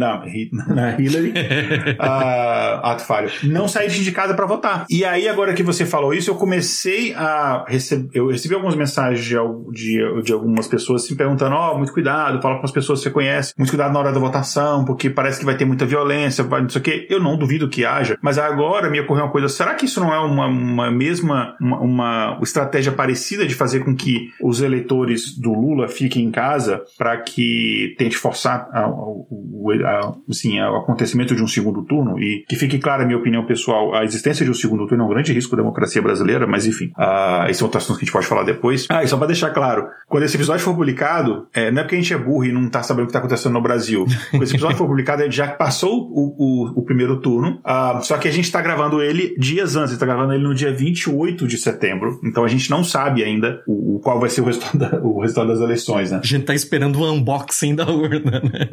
ato falho, não saíssem de casa para votar. E aí, agora que você falou isso, eu comecei a recebi algumas mensagens de algumas pessoas se perguntando, muito cuidado, fala com as pessoas que você conhece, muito cuidado na hora da votação, porque parece que vai ter muita violência, não sei o quê. Eu não duvido que haja, mas agora me ocorreu uma coisa, será que isso não é uma estratégia parecida de fazer com que os eleitores do Lula fiquem em casa para que tente forçar o acontecimento de um segundo turno? E que fique clara a minha opinião pessoal, a existência de um segundo turno é um grande risco da democracia brasileira, mas enfim, esse é outro assunto que a gente pode falar depois. E só para deixar claro, quando esse episódio for publicado, não é porque a gente é burro e não tá sabendo o que tá acontecendo no Brasil. Quando esse episódio for publicado, ele já passou o primeiro turno, só que a gente tá gravando ele dias antes, a gente tá gravando ele no dia 28 de setembro, então a gente não sabe ainda qual vai ser o resultado das eleições, né? A gente tá esperando o unboxing da urna, né?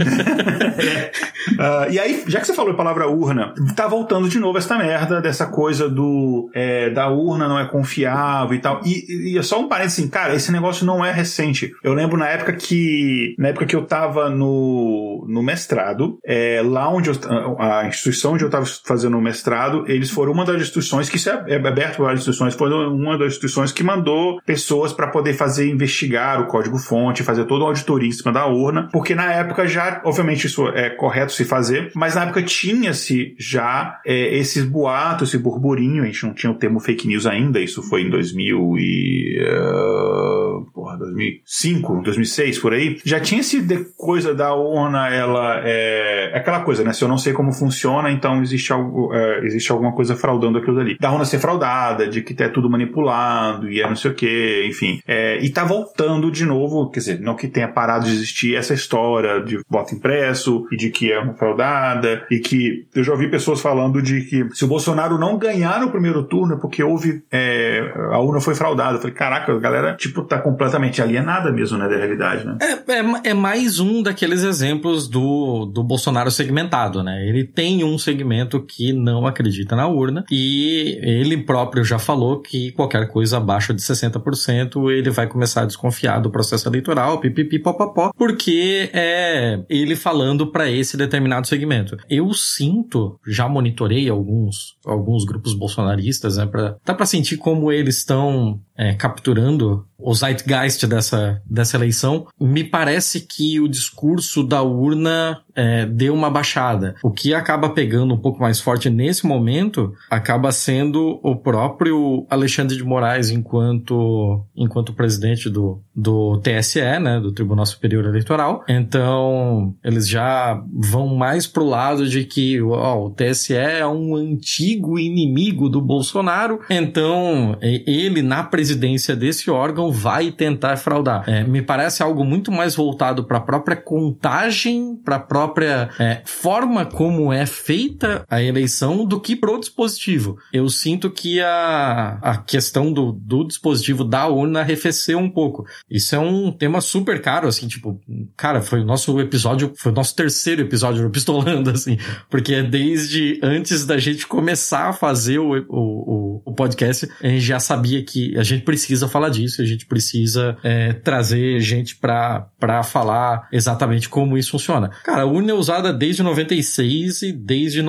E aí, já que você falou a palavra urna, tá voltando de novo essa merda dessa coisa da urna não é confiável e tal. E é só um parênteses assim, cara, esse negócio não é recente. Eu lembro na época que eu tava no mestrado, lá onde a instituição onde eu tava fazendo o mestrado, eles foram uma das instituições, que isso é aberto para várias instituições, foram uma das instituições que mandou pessoas para poder investigar o código-fonte, fazer toda uma auditoria em cima da urna, porque na época já, obviamente isso é correto se fazer, mas na época tinha-se já esses boatos, esse burburinho, a gente não tinha o termo fake news ainda, isso foi em 2005, 2006, por aí, já tinha esse coisa da urna, ela é aquela coisa, né, se eu não sei como funciona, então existe alguma coisa fraudando aquilo dali. Da urna ser fraudada, de que é tudo manipulado, e não sei o que, enfim. E tá voltando de novo, quer dizer, não que tenha parado de existir essa história de voto impresso, e de que é uma fraudada, e que eu já ouvi pessoas falando de que se o Bolsonaro não ganhar no primeiro turno é porque a urna foi fraudada. Eu falei, caraca, a galera, tá completamente alienada mesmo, né, da realidade, né? É mais um daqueles exemplos do Bolsonaro segmentado, né? Ele tem um segmento que não acredita na urna, e ele próprio já falou que qualquer coisa abaixo de 60% ele vai começar a desconfiar do processo eleitoral, pipipipopopó, porque é ele falando para esse determinado segmento. Eu sinto, já monitorei alguns grupos bolsonaristas, né, dá pra sentir como eles estão capturando o zeitgeist dessa eleição. Me parece que o discurso da urna deu uma baixada. O que acaba pegando um pouco mais forte nesse momento acaba sendo o próprio Alexandre de Moraes enquanto presidente do TSE, né, do Tribunal Superior Eleitoral. Então, eles já vão mais pro lado de que o TSE é um antigo inimigo do Bolsonaro, então ele, na presidência desse órgão, vai tentar fraudar. Me parece algo muito mais voltado para a própria contagem, para a própria forma como é feita a eleição, do que pro dispositivo. Eu sinto que a questão do dispositivo da urna arrefeceu um pouco. Isso é um tema super caro, assim, cara, foi o nosso terceiro episódio do Pistolando, assim, porque desde antes da gente começar a fazer o podcast, a gente já sabia que a gente precisa falar disso, a gente precisa trazer gente pra falar exatamente como isso funciona. Cara, a urna é usada desde 96 e desde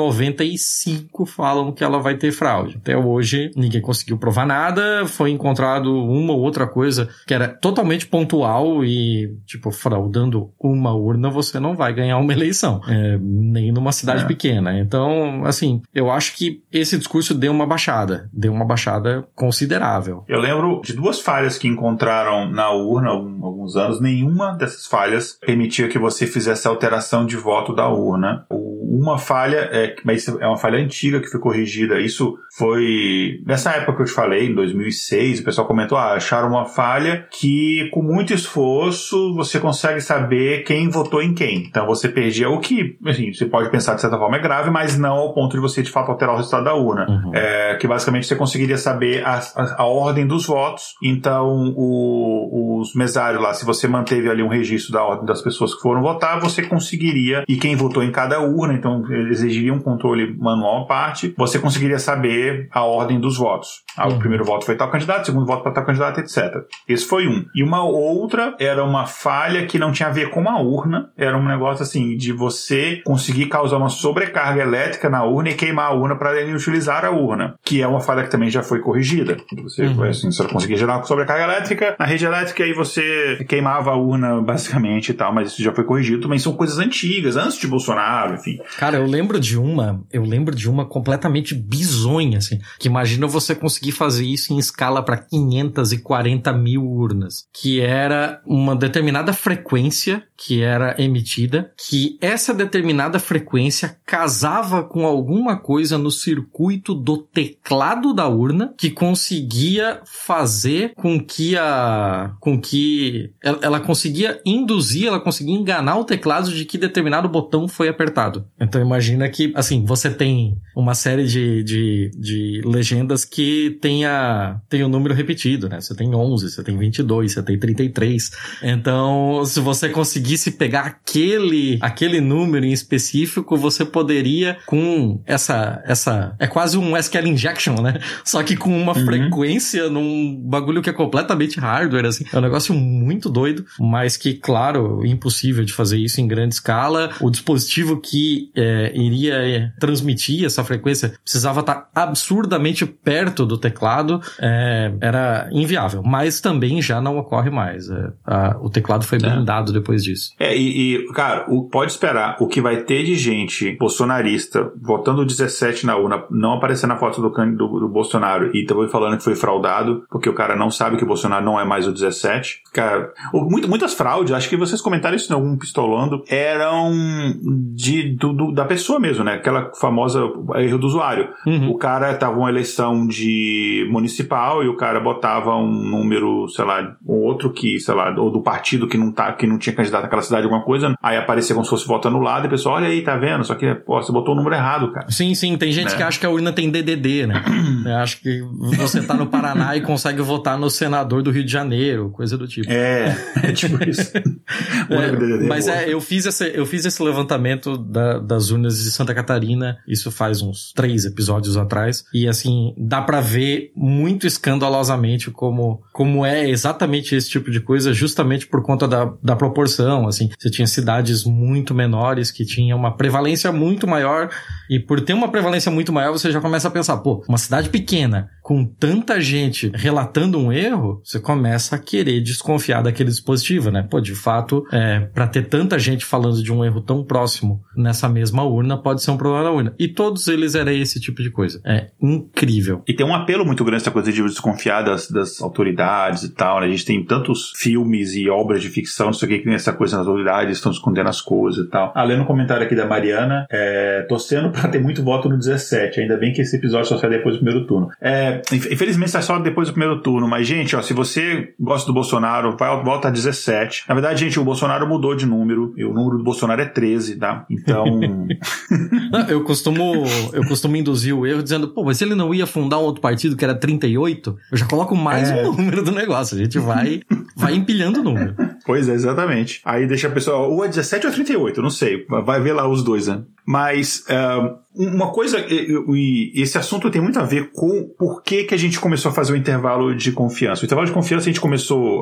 95 falam que ela vai ter fraude. Até hoje, ninguém conseguiu provar nada, foi encontrado uma ou outra coisa que era totalmente pontual e, tipo, fraudando uma urna, você não vai ganhar uma eleição, nem numa cidade pequena. Então, assim, eu acho que esse discurso deu uma baixada considerável. Eu lembro de 2 falhas que encontraram na urna há alguns anos. Nenhuma dessas falhas permitia que você fizesse alteração de voto da urna. Uma falha, mas é uma falha antiga que foi corrigida. Isso foi nessa época que eu te falei, em 2006, o pessoal comentou, acharam uma falha que com muito esforço você consegue saber quem votou em quem. Então você perdia o que, assim, você pode pensar de certa forma é grave, mas não ao ponto de você de fato alterar o resultado da urna. Que basicamente você conseguiria saber a ordem dos votos. Então os mesários lá, se você manteve ali um registro da ordem das pessoas que foram votar, você conseguiria, e quem votou em cada urna, então exigiria um controle manual à parte, você conseguiria saber a ordem dos votos. O primeiro voto foi tal candidato, o segundo voto para tal candidato, etc. Esse foi um. E uma outra era uma falha que não tinha a ver com a urna, era um negócio assim, de você conseguir causar uma sobrecarga elétrica na urna e queimar a urna para inutilizar a urna, que é uma falha que também já foi corrigida. Você conseguia gerar uma sobrecarga elétrica na rede elétrica e você queimava a urna basicamente e tal, mas isso já foi corrigido. Também são coisas antigas, antes de Bolsonaro, enfim. Cara, eu lembro de uma completamente bizonha, assim, que imagina você conseguir fazer isso em escala para 540 mil urnas, que era uma determinada frequência que era emitida, que essa determinada frequência casava com alguma coisa no circuito do teclado da urna, que conseguia fazer com que ela conseguia induzir, ela conseguia enganar o teclado de que determinado botão foi apertado. Então imagina que, assim, você tem uma série de legendas que tem o número repetido, né? Você tem 11, você tem 22, você tem 33. Então, se você conseguisse pegar aquele número em específico, você poderia, com essa é quase um SQL injection, né? Só que com uma frequência num bagulho que é completamente hardware, assim. É um negócio muito doido, mas que, claro, impossível de fazer isso em grande escala. O dispositivo que iria transmitir essa frequência precisava estar absurdamente perto do teclado, era inviável, mas também já não ocorre mais. O teclado foi blindado depois disso. Cara, pode esperar, o que vai ter de gente bolsonarista votando o 17 na urna, não aparecer na foto do Bolsonaro e também falando que foi fraudado, porque o cara não sabe que o Bolsonaro não é mais o 17. Cara, muitas fraudes, acho que vocês comentaram isso em algum pistolando, eram da pessoa mesmo, né? Aquela famosa erro do usuário. O cara tava uma eleição de municipal e o cara botava um número, sei lá, um outro que, sei lá, ou do partido que não tinha candidato àquela cidade, alguma coisa, aí aparecia como se fosse voto anulado e o pessoal, olha aí, tá vendo? Só que, você botou o número errado, cara. Sim, tem gente que acha que a urna tem DDD, né? Acho que você tá no Paraná e consegue votar no senador do Rio de Janeiro, coisa do tipo. É tipo isso. Mas eu fiz esse levantamento das urnas de Santa Catarina, isso faz uns 3 episódios atrás, e assim, dá pra ver muito escandalosamente como é exatamente esse tipo de coisa, justamente por conta da proporção, assim. Você tinha cidades muito menores que tinham uma prevalência muito maior, e por ter uma prevalência muito maior, você já começa a pensar, uma cidade pequena, com tanta gente relatando um erro, você começa a querer desconfiar daquele dispositivo, né? De fato, pra ter tanta gente falando de um erro tão próximo nessa mesma urna, pode ser um problema da urna. E todos eles eram esse tipo de coisa. É incrível. E tem um apelo muito grande essa coisa de desconfiar das autoridades e tal, né? A gente tem tantos filmes e obras de ficção, não sei o que tem essa coisa nas autoridades, estão escondendo as coisas e tal. Lendo um comentário aqui da Mariana, torcendo pra ter muito voto no 17. Ainda bem que esse episódio só sai depois do primeiro turno. Infelizmente sai só depois do primeiro turno, mas, gente, se você gosta do Bolsonaro, volta a 17. Na verdade, gente, o Bolsonaro mudou de número, e o número do Bolsonaro é 13, tá? Então... eu costumo induzir o erro dizendo, mas ele não ia fundar um outro partido que era 38? Eu já coloco mais um número do negócio. A gente vai empilhando o número. Pois é, exatamente. Aí deixa a pessoa, ou é 17 ou é 38, eu não sei. Vai ver lá os dois, né? Mas uma coisa, e esse assunto tem muito a ver com por que a gente começou a fazer o intervalo de confiança. O intervalo de confiança a gente começou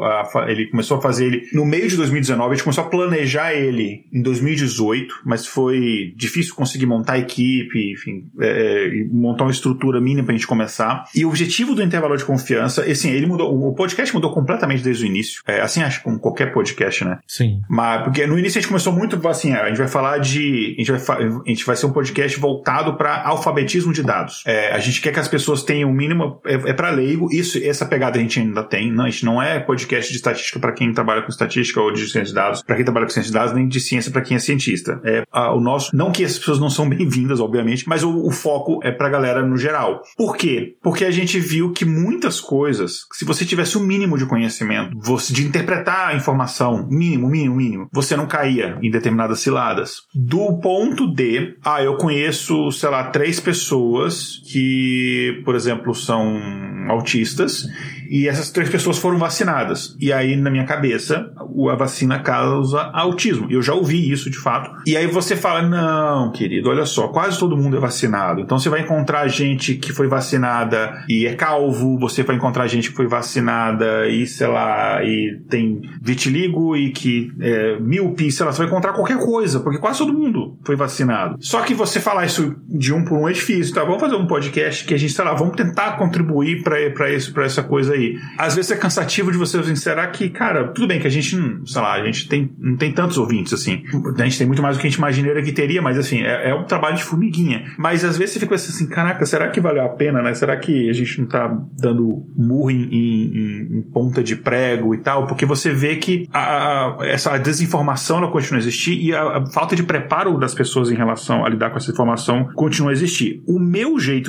a fazer ele no meio de 2019, a gente começou a planejar ele em 2018, mas foi difícil conseguir montar a equipe, enfim, montar uma estrutura mínima pra gente começar. E o objetivo do intervalo de confiança, assim, ele mudou, o podcast mudou completamente desde o início. Assim, acho que como qualquer podcast, né? Sim. Mas, porque no início a gente começou muito assim, a gente vai falar de, a gente vai ser um podcast voltado para alfabetismo de dados. A gente quer que as pessoas tenham o mínimo, para leigo, essa pegada a gente ainda tem, não, a gente não é podcast de estatística para quem trabalha com estatística ou de ciência de dados, para quem trabalha com ciência de dados, nem de ciência para quem é cientista. O nosso, não que as pessoas não são bem-vindas, obviamente, mas o foco é pra galera no geral. Por quê? Porque a gente viu que muitas coisas, se você tivesse o mínimo de conhecimento, de interpretar a informação, mínimo, você não caía em determinadas ciladas. Do ponto de, eu conheço, sei lá, 3 pessoas que, por exemplo, são autistas, e essas 3 pessoas foram vacinadas. E aí, na minha cabeça, a vacina causa autismo. Eu já ouvi isso, de fato. E aí você fala, não, querido, olha só, quase todo mundo é vacinado. Então você vai encontrar gente que foi vacinada e é calvo, você vai encontrar gente que foi vacinada e, sei lá, e tem vitiligo e que é míope, sei lá, você vai encontrar qualquer coisa, porque quase todo mundo foi vacinado. Só que você falar isso de um por um é difícil, tá? Vamos fazer um podcast que a gente, sei lá, vamos tentar contribuir pra essa coisa aí. Às vezes é cansativo de você, assim, será que, cara, tudo bem que a gente, sei lá, a gente não tem tantos ouvintes, assim. A gente tem muito mais do que a gente imaginaria que teria, mas, assim, é um trabalho de formiguinha. Mas, às vezes, você fica assim, caraca, será que valeu a pena, né? Será que a gente não tá dando murro em ponta de prego e tal? Porque você vê que essa desinformação, ela continua a existir e a falta de preparo das pessoas em relação a lidar com essa informação continua a existir. O meu jeito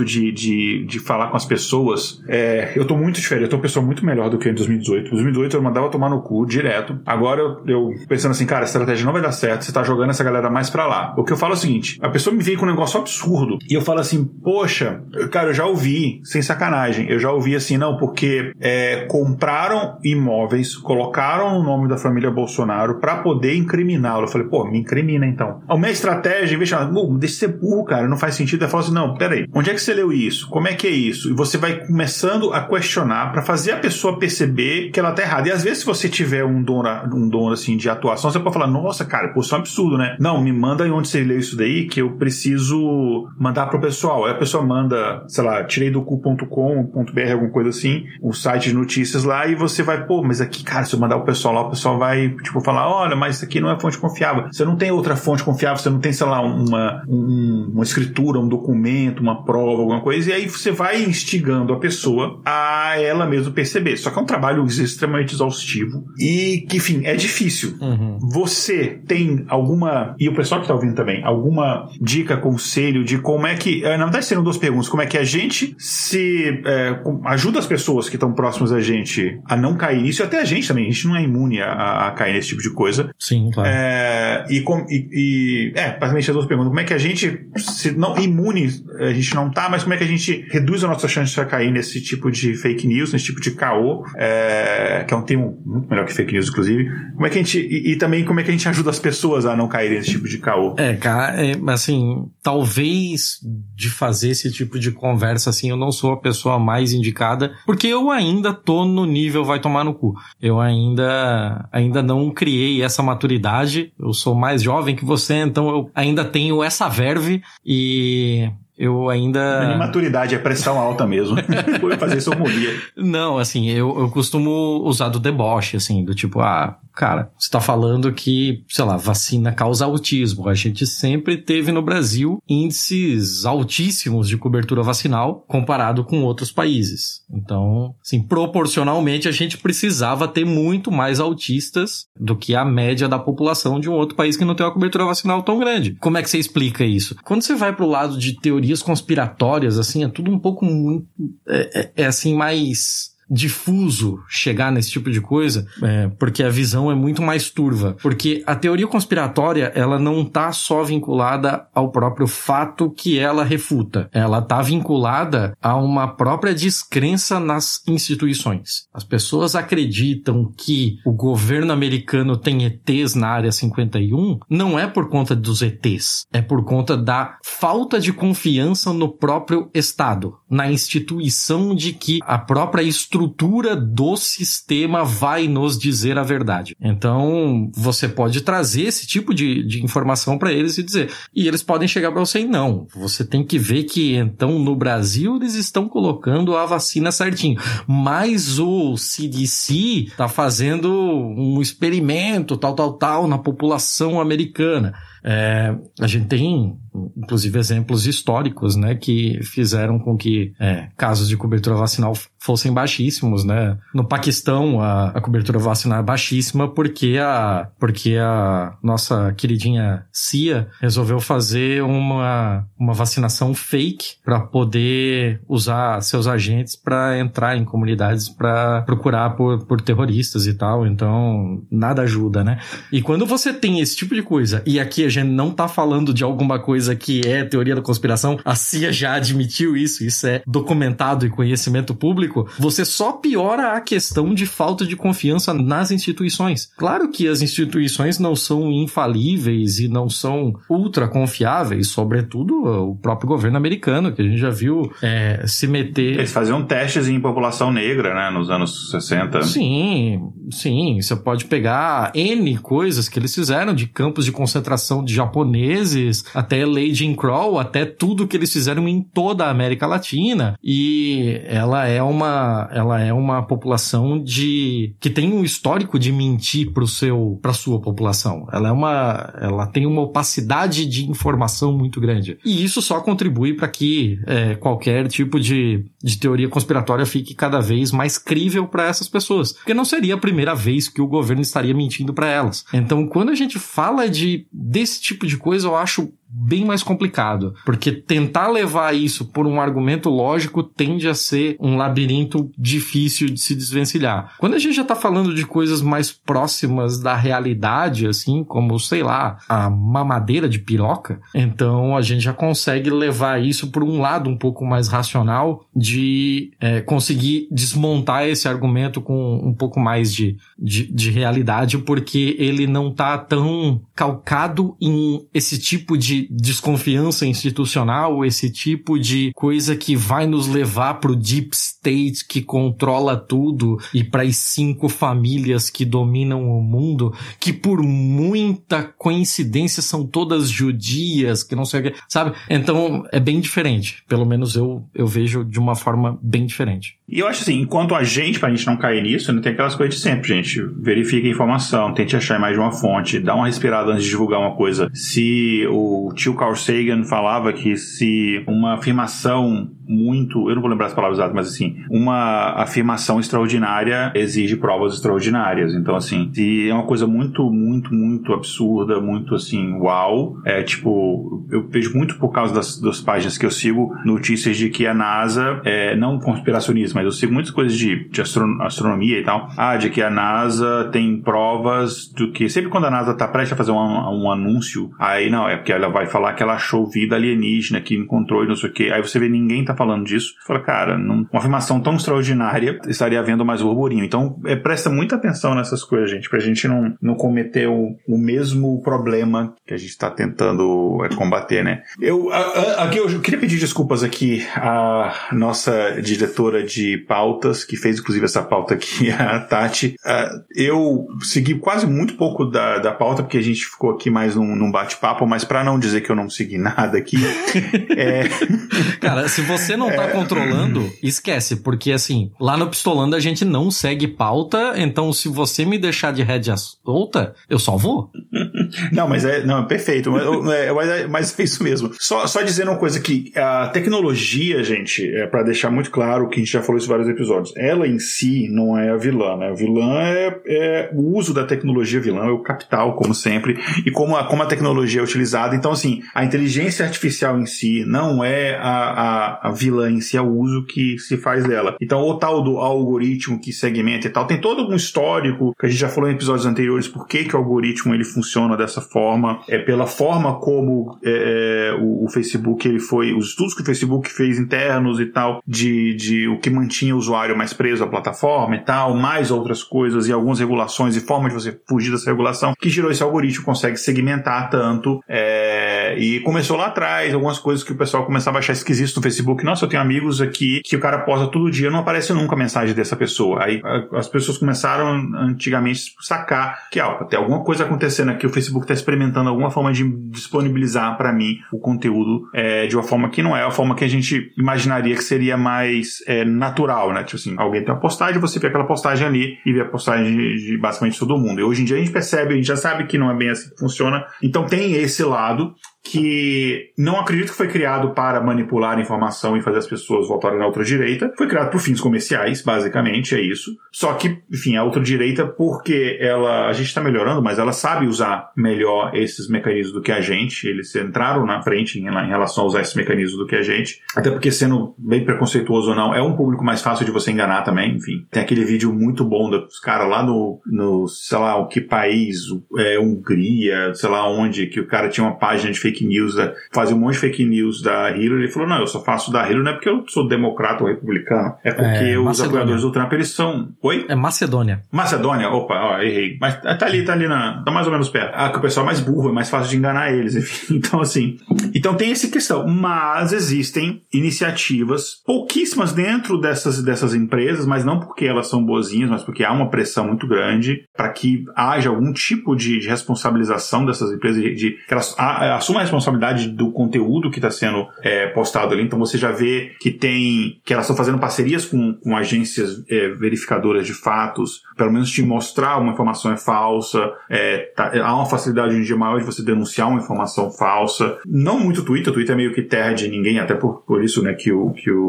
de falar com as pessoas, eu tô muito diferente, eu tô uma pessoa muito melhor do que em 2018. Em 2018 eu mandava tomar no cu direto. Agora eu pensando assim, cara, a estratégia não vai dar certo, você tá jogando essa galera mais pra lá. O que eu falo é o seguinte, a pessoa me veio com um negócio absurdo e eu falo assim, poxa, cara, eu já ouvi, sem sacanagem, eu já ouvi assim, não, porque compraram imóveis, colocaram o nome da família Bolsonaro pra poder incriminá-lo. Eu falei, pô, me incrimina então. A minha estratégia, em vez de falar, deixa de ser burro, cara, não faz sentido, eu falo assim, não, peraí, onde é que você leu isso? Como é que é isso? E você vai começando a questionar pra fazer a pessoa perceber que ela tá errada. E às vezes se você tiver um dom assim de atuação, você pode falar, nossa, cara, pô, isso é um absurdo, né? Não, me manda aí onde você leu isso daí que eu preciso mandar pro pessoal. Aí a pessoa manda, sei lá, tireidocu.com.br, alguma coisa assim, um site de notícias lá, e você vai, pô, mas aqui, cara, se eu mandar o pessoal lá, o pessoal vai, tipo, falar, olha, mas isso aqui não é fonte confiável. Você não tem outra fonte confiável, você não tem, sei lá, uma escritura, um documento, uma prova, alguma coisa, e aí você vai instigando a pessoa a ela mesma perceber. Só que é um trabalho extremamente exaustivo e que, enfim, é difícil. Uhum. Você tem alguma, e o pessoal que tá ouvindo também, alguma dica, conselho de como é que, na verdade seriam 2 perguntas, como é que a gente ajuda as pessoas que estão próximas a gente a não cair nisso, e até a gente também, a gente não é imune a cair nesse tipo de coisa. Sim, claro. Basicamente as 2 perguntas, como é que a gente, se não imune, a gente não tá, mas como é que a gente reduz a nossa chance de cair nesse tipo de fake news, nesse tipo de caô, que é um termo muito melhor que fake news, inclusive. Como é que a gente, e também como é que a gente ajuda as pessoas a não caírem nesse tipo de caô? Assim, talvez de fazer esse tipo de conversa, assim, eu não sou a pessoa mais indicada, porque eu ainda tô no nível vai tomar no cu. Eu ainda não criei essa maturidade, eu sou mais jovem que você, então eu ainda tenho essa verve e... eu ainda... A minha maturidade é pressão alta mesmo. Por eu fazer isso eu morria. Não, assim, eu costumo usar do deboche, assim, do tipo, cara, você tá falando que, sei lá, vacina causa autismo. A gente sempre teve no Brasil índices altíssimos de cobertura vacinal comparado com outros países. Então, assim, proporcionalmente a gente precisava ter muito mais autistas do que a média da população de um outro país que não tem uma cobertura vacinal tão grande. Como é que você explica isso? Quando você vai pro lado de teorias conspiratórias, assim, é tudo um pouco muito... assim, mais... difuso chegar nesse tipo de coisa, porque a visão é muito mais turva. Porque a teoria conspiratória, ela não tá só vinculada ao próprio fato que ela refuta. Ela tá vinculada a uma própria descrença nas instituições. As pessoas acreditam que o governo americano tem ETs na Área 51, não é por conta dos ETs, é por conta da falta de confiança no próprio Estado, na instituição de que a própria estrutura do sistema vai nos dizer a verdade. Então, você pode trazer esse tipo de informação para eles e dizer, e eles podem chegar para você e não, você tem que ver que então no Brasil eles estão colocando a vacina certinho, mas o CDC está fazendo um experimento tal na população americana. A gente tem, inclusive, exemplos históricos, né, que fizeram com que casos de cobertura vacinal fossem baixíssimos, né? No Paquistão, a cobertura vacinal é baixíssima porque a nossa queridinha CIA resolveu fazer uma vacinação fake para poder usar seus agentes para entrar em comunidades para procurar por terroristas e tal. Então, nada ajuda, né? E quando você tem esse tipo de coisa, e aqui a gente não tá falando de alguma coisa que é teoria da conspiração, a CIA já admitiu isso é documentado e conhecimento público, você só piora a questão de falta de confiança nas instituições. Claro que as instituições não são infalíveis e não são ultra confiáveis, sobretudo o próprio governo americano, que a gente já viu se meter... Eles faziam testes em população negra, né, nos anos 60. Sim, você pode pegar N coisas que eles fizeram, de campos de concentração de japoneses, até lei Jim Crow, até tudo que eles fizeram em toda a América Latina, e ela é uma população que tem um histórico de mentir pra sua população. Ela tem uma opacidade de informação muito grande. E isso só contribui para que qualquer tipo de teoria conspiratória fique cada vez mais crível para essas pessoas. Porque não seria a primeira vez que o governo estaria mentindo para elas. Então, quando a gente fala desse tipo de coisa, eu acho bem mais complicado, porque tentar levar isso por um argumento lógico tende a ser um labirinto difícil de se desvencilhar. Quando a gente já tá falando de coisas mais próximas da realidade, assim, como, sei lá, a mamadeira de piroca, então a gente já consegue levar isso por um lado um pouco mais racional de conseguir desmontar esse argumento com um pouco mais de realidade, porque ele não tá tão calcado em esse tipo de desconfiança institucional, esse tipo de coisa que vai nos levar pro deep state que controla tudo e para as 5 famílias que dominam o mundo, que por muita coincidência são todas judias, que não sei o que, sabe? Então é bem diferente, pelo menos eu vejo de uma forma bem diferente. E eu acho assim, enquanto pra gente não cair nisso, não tem aquelas coisas de sempre, gente. Verifique a informação, tente achar mais de uma fonte, dá uma respirada antes de divulgar uma coisa. Se o tio Carl Sagan falava que se uma afirmação eu não vou lembrar as palavras exatas, mas assim, uma afirmação extraordinária exige provas extraordinárias. Então, assim, se é uma coisa muito, muito, muito absurda, muito assim, uau, eu vejo muito por causa das páginas que eu sigo notícias de que a NASA, não conspiracionismo, mas eu sigo muitas coisas de astronomia e tal, de que a NASA tem provas do que, sempre quando a NASA tá prestes a fazer um anúncio, aí não, é porque ela vai falar que ela achou vida alienígena, que encontrou e não sei o que, aí você vê ninguém tá falando disso, você fala, cara, uma afirmação tão extraordinária, estaria havendo mais burburinho. Então, presta muita atenção nessas coisas, gente, pra gente não cometer o mesmo problema que a gente tá tentando combater, né? Aqui eu queria pedir desculpas aqui à nossa diretora de pautas, que fez inclusive essa pauta aqui, a Tati. Eu segui quase muito pouco da pauta, porque a gente ficou aqui mais num bate-papo, mas pra não dizer que eu não segui nada aqui... Cara, se você não tá controlando, esquece, porque assim, lá no Pistolando a gente não segue pauta, então se você me deixar de rédea solta, eu só vou. Não, mas é perfeito, mas é isso mesmo. Só dizendo uma coisa que a tecnologia, gente, pra deixar muito claro que a gente já falou isso em vários episódios, ela em si não é a vilã, né? A vilã é o uso da tecnologia, vilã é o capital, como sempre, e como a tecnologia é utilizada. Então, assim, a inteligência artificial em si não é a vilã em si, é o uso que se faz dela. Então, o tal do algoritmo que segmenta e tal, tem todo um histórico que a gente já falou em episódios anteriores, por que o algoritmo ele funciona dessa forma, pela forma como o Facebook, os estudos que o Facebook fez internos e tal, de o que mantinha o usuário mais preso à plataforma e tal, mais outras coisas e algumas regulações e formas de você fugir dessa regulação, que gerou esse algoritmo, consegue segmentar tanto, e começou lá atrás, algumas coisas que o pessoal começava a achar esquisito no Facebook. Nossa, eu tenho amigos aqui que o cara posta todo dia, não aparece nunca a mensagem dessa pessoa. Aí as pessoas começaram antigamente a sacar que tem alguma coisa acontecendo aqui, o Facebook está experimentando alguma forma de disponibilizar para mim o conteúdo de uma forma que não é a forma que a gente imaginaria que seria mais natural, né? Tipo assim, alguém tem uma postagem, você vê aquela postagem ali e vê a postagem de basicamente todo mundo. E hoje em dia a gente percebe, a gente já sabe que não é bem assim que funciona. Então tem esse lado que não acredito que foi criado para manipular a informação e fazer as pessoas voltarem na ultradireita. Foi criado por fins comerciais, basicamente, é isso. Só que, enfim, a ultradireita, porque a gente está melhorando, mas ela sabe usar melhor esses mecanismos do que a gente. Eles entraram na frente em relação a usar esses mecanismos do que a gente. Até porque, sendo bem preconceituoso ou não, é um público mais fácil de você enganar também, enfim. Tem aquele vídeo muito bom dos caras lá no, sei lá, o que país, Hungria, sei lá onde, que o cara tinha uma página de fake news, fazia um monte de fake news da Hillary. Ele falou, não, eu só faço da Hillary não é porque eu sou democrata ou republicano, é porque os apoiadores do Trump, eles são... Oi? É Macedônia. Macedônia? Opa, errei. Mas tá ali tá mais ou menos perto. Que o pessoal é mais burro, é mais fácil de enganar eles, enfim. Então, assim... Então tem essa questão. Mas existem iniciativas, pouquíssimas dentro dessas empresas, mas não porque elas são boazinhas, mas porque há uma pressão muito grande para que haja algum tipo de responsabilização dessas empresas, que elas assumam a responsabilidade do conteúdo que está sendo postado ali. Então você já vê que elas estão fazendo parcerias com agências verificadoras de fatos, pelo menos te mostrar uma informação é falsa. Há uma facilidade hoje em dia maior de você denunciar uma informação falsa. Não muito o Twitter é meio que terra de ninguém, até por isso, né, que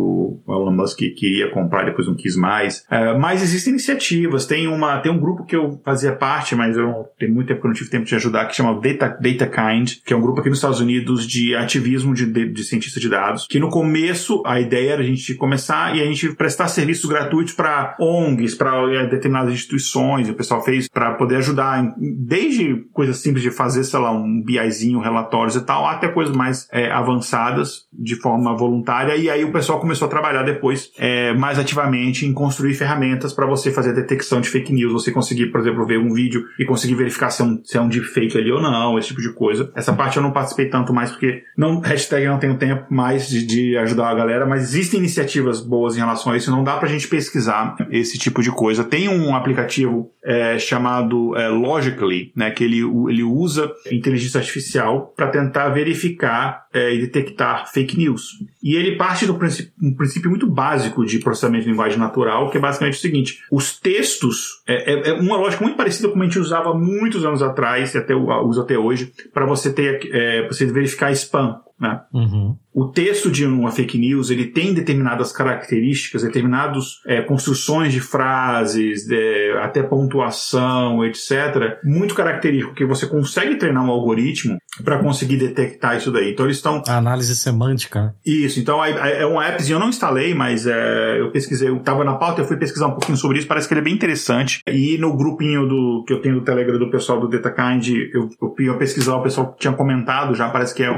o Elon Musk queria comprar e depois não quis mais. Mas existem iniciativas. Tem um grupo que eu fazia parte, mas tem muito tempo que eu não tive tempo de ajudar, que chama DataKind, que é um grupo aqui nos Estados Unidos de ativismo de cientista de dados, que no começo a ideia era a gente começar e a gente prestar serviços gratuitos para ONGs, para determinadas instituições. O pessoal fez para poder ajudar, desde coisas simples de fazer, sei lá, um BIzinho, relatórios e tal, até coisas mais avançadas de forma voluntária. E aí o pessoal começou a trabalhar depois mais ativamente em construir ferramentas para você fazer a detecção de fake news, você conseguir, por exemplo, ver um vídeo e conseguir verificar se é um deepfake ali ou não, esse tipo de coisa. Essa parte eu não participei tanto mais porque hashtag não tenho tempo mais de ajudar a galera, mas existem iniciativas boas em relação a isso. Não dá pra gente pesquisar esse tipo de coisa. Tem um aplicativo chamado Logically, né, que ele usa inteligência artificial para tentar verificar e detectar fake news. E ele parte do um princípio muito básico de processamento de linguagem natural, que é basicamente o seguinte: os textos é uma lógica muito parecida com a gente usava muitos anos atrás, e usa até hoje, para você você verificar spam, né? Uhum. O texto de uma fake news, ele tem determinadas características, determinadas construções de frases, até pontuação, etc. Muito característico, que você consegue treinar um algoritmo para conseguir detectar isso daí. Então eles estão... A análise semântica, né? Isso. Então é um appzinho, eu não instalei, mas eu pesquisei, eu estava na pauta, eu fui pesquisar um pouquinho sobre isso, parece que ele é bem interessante. E no grupinho que eu tenho do Telegram do pessoal do DataKind, eu ia pesquisar, o pessoal tinha comentado já, parece que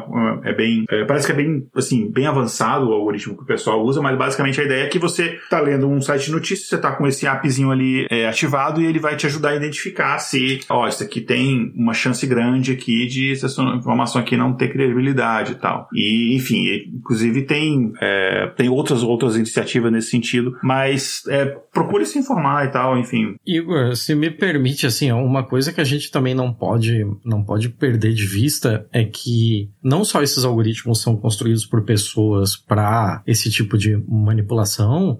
parece que é bem, assim, bem avançado o algoritmo que o pessoal usa, mas basicamente a ideia é que você está lendo um site de notícias, você está com esse appzinho ali ativado e ele vai te ajudar a identificar se, isso aqui tem uma chance grande aqui de essa informação aqui não ter credibilidade e tal. E, enfim, inclusive tem outras iniciativas nesse sentido, mas procure se informar e tal, enfim. Igor, se me permite, assim, uma coisa que a gente também não pode perder de vista é que não só esses algoritmos são construídos por pessoas para esse tipo de manipulação,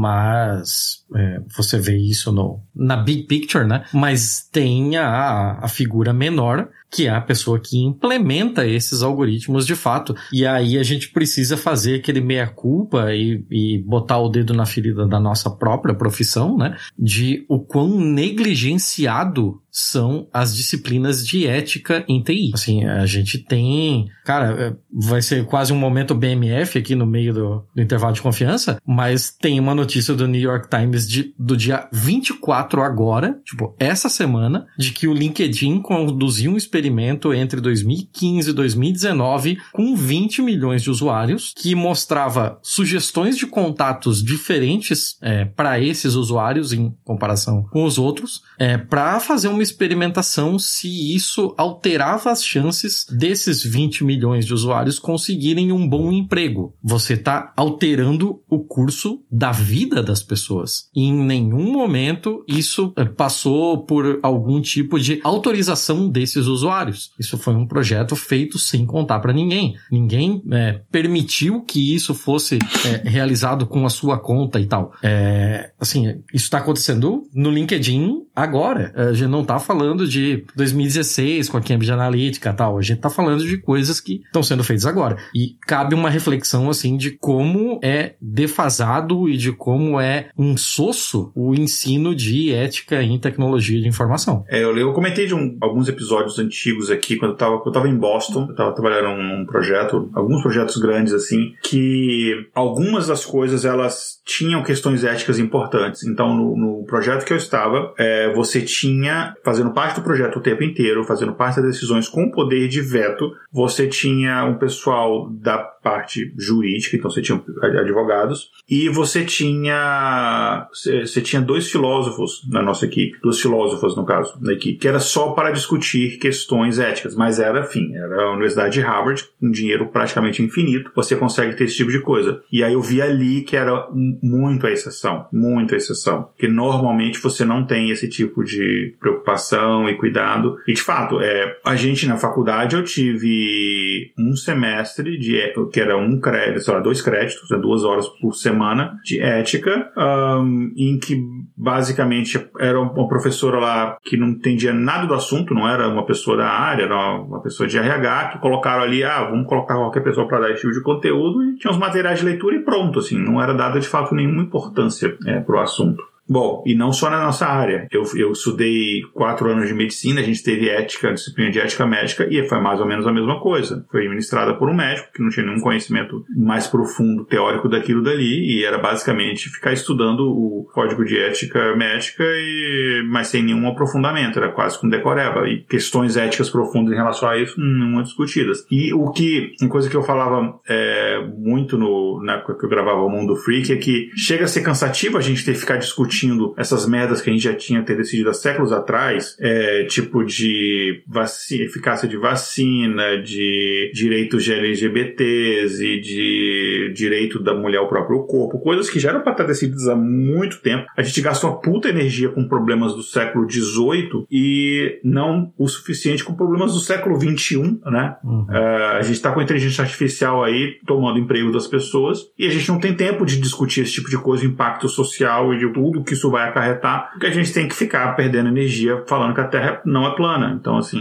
mas você vê isso na big picture, né? Mas tem a figura menor, que é a pessoa que implementa esses algoritmos de fato. E aí a gente precisa fazer aquele meia-culpa e botar o dedo na ferida da nossa própria profissão, né? De o quão negligenciado são as disciplinas de ética em TI. Assim, a gente tem... Cara, vai ser quase um momento BMF aqui no meio do intervalo de confiança, mas tem uma notícia do New York Times do dia 24 agora, tipo, essa semana, de que o LinkedIn conduziu um experimento entre 2015 e 2019 com 20 milhões de usuários, que mostrava sugestões de contatos diferentes para esses usuários em comparação com os outros, para fazer uma experimentação se isso alterava as chances desses 20 milhões de usuários conseguirem um bom emprego. Você está alterando o curso da vida das pessoas. E em nenhum momento isso passou por algum tipo de autorização desses usuários. Isso foi um projeto feito sem contar para ninguém. Ninguém permitiu que isso fosse realizado com a sua conta e tal. Assim, isso está acontecendo no LinkedIn agora. A gente não está falando de 2016 com a Cambridge Analytica e tal. A gente está falando de coisas que estão sendo feitas agora. E cabe uma reflexão, assim, de como é defasado e de como é insosso o ensino de ética em tecnologia de informação. Eu comentei de alguns episódios antigos aqui, quando eu estava em Boston, eu estava trabalhando num projeto, alguns projetos grandes, assim, que algumas das coisas, elas tinham questões éticas importantes. Então, no projeto que eu estava, você tinha, fazendo parte do projeto o tempo inteiro, fazendo parte das decisões com poder de veto, você tinha um pessoal da parte jurídica, então você tinha advogados, e você tinha 2 filósofos na nossa equipe, 2 filósofas, no caso, na equipe, que era só para discutir questões éticas, mas era a Universidade de Harvard, com dinheiro praticamente infinito, você consegue ter esse tipo de coisa. E aí eu vi ali que era muito a exceção, porque normalmente você não tem esse tipo de preocupação e cuidado. E, de fato, a gente na faculdade, eu tive um semestre que era 2 créditos, 2 horas por semana de ética, em que basicamente era uma professora lá que não entendia nada do assunto, não era uma pessoa da área, era uma pessoa de RH, que colocaram ali, vamos colocar qualquer pessoa para dar esse tipo de conteúdo, e tinha os materiais de leitura e pronto, assim, não era dada de fato nenhuma importância pro assunto. Bom, e não só na nossa área. Eu estudei 4 anos de medicina, a gente teve disciplina de ética médica, e foi mais ou menos a mesma coisa. Foi ministrada por um médico que não tinha nenhum conhecimento mais profundo teórico daquilo dali, e era basicamente ficar estudando o código de ética médica, mas sem nenhum aprofundamento, era quase com decoreba. E questões éticas profundas em relação a isso não discutidas. E uma coisa que eu falava muito na época que eu gravava o Mundo Freak é que chega a ser cansativo a gente ter que ficar discutindo essas merdas que a gente já tinha decidido há séculos atrás, tipo de eficácia de vacina, de direitos de LGBTs e de direito da mulher ao próprio corpo, coisas que já eram para estar decididas há muito tempo. A gente gastou uma puta energia com problemas do século XVIII e não o suficiente com problemas do século XXI, né? Uhum. A gente está com a inteligência artificial aí tomando emprego das pessoas e a gente não tem tempo de discutir esse tipo de coisa, o impacto social e de tudo que isso vai acarretar, porque a gente tem que ficar perdendo energia falando que a Terra não é plana. Então, assim,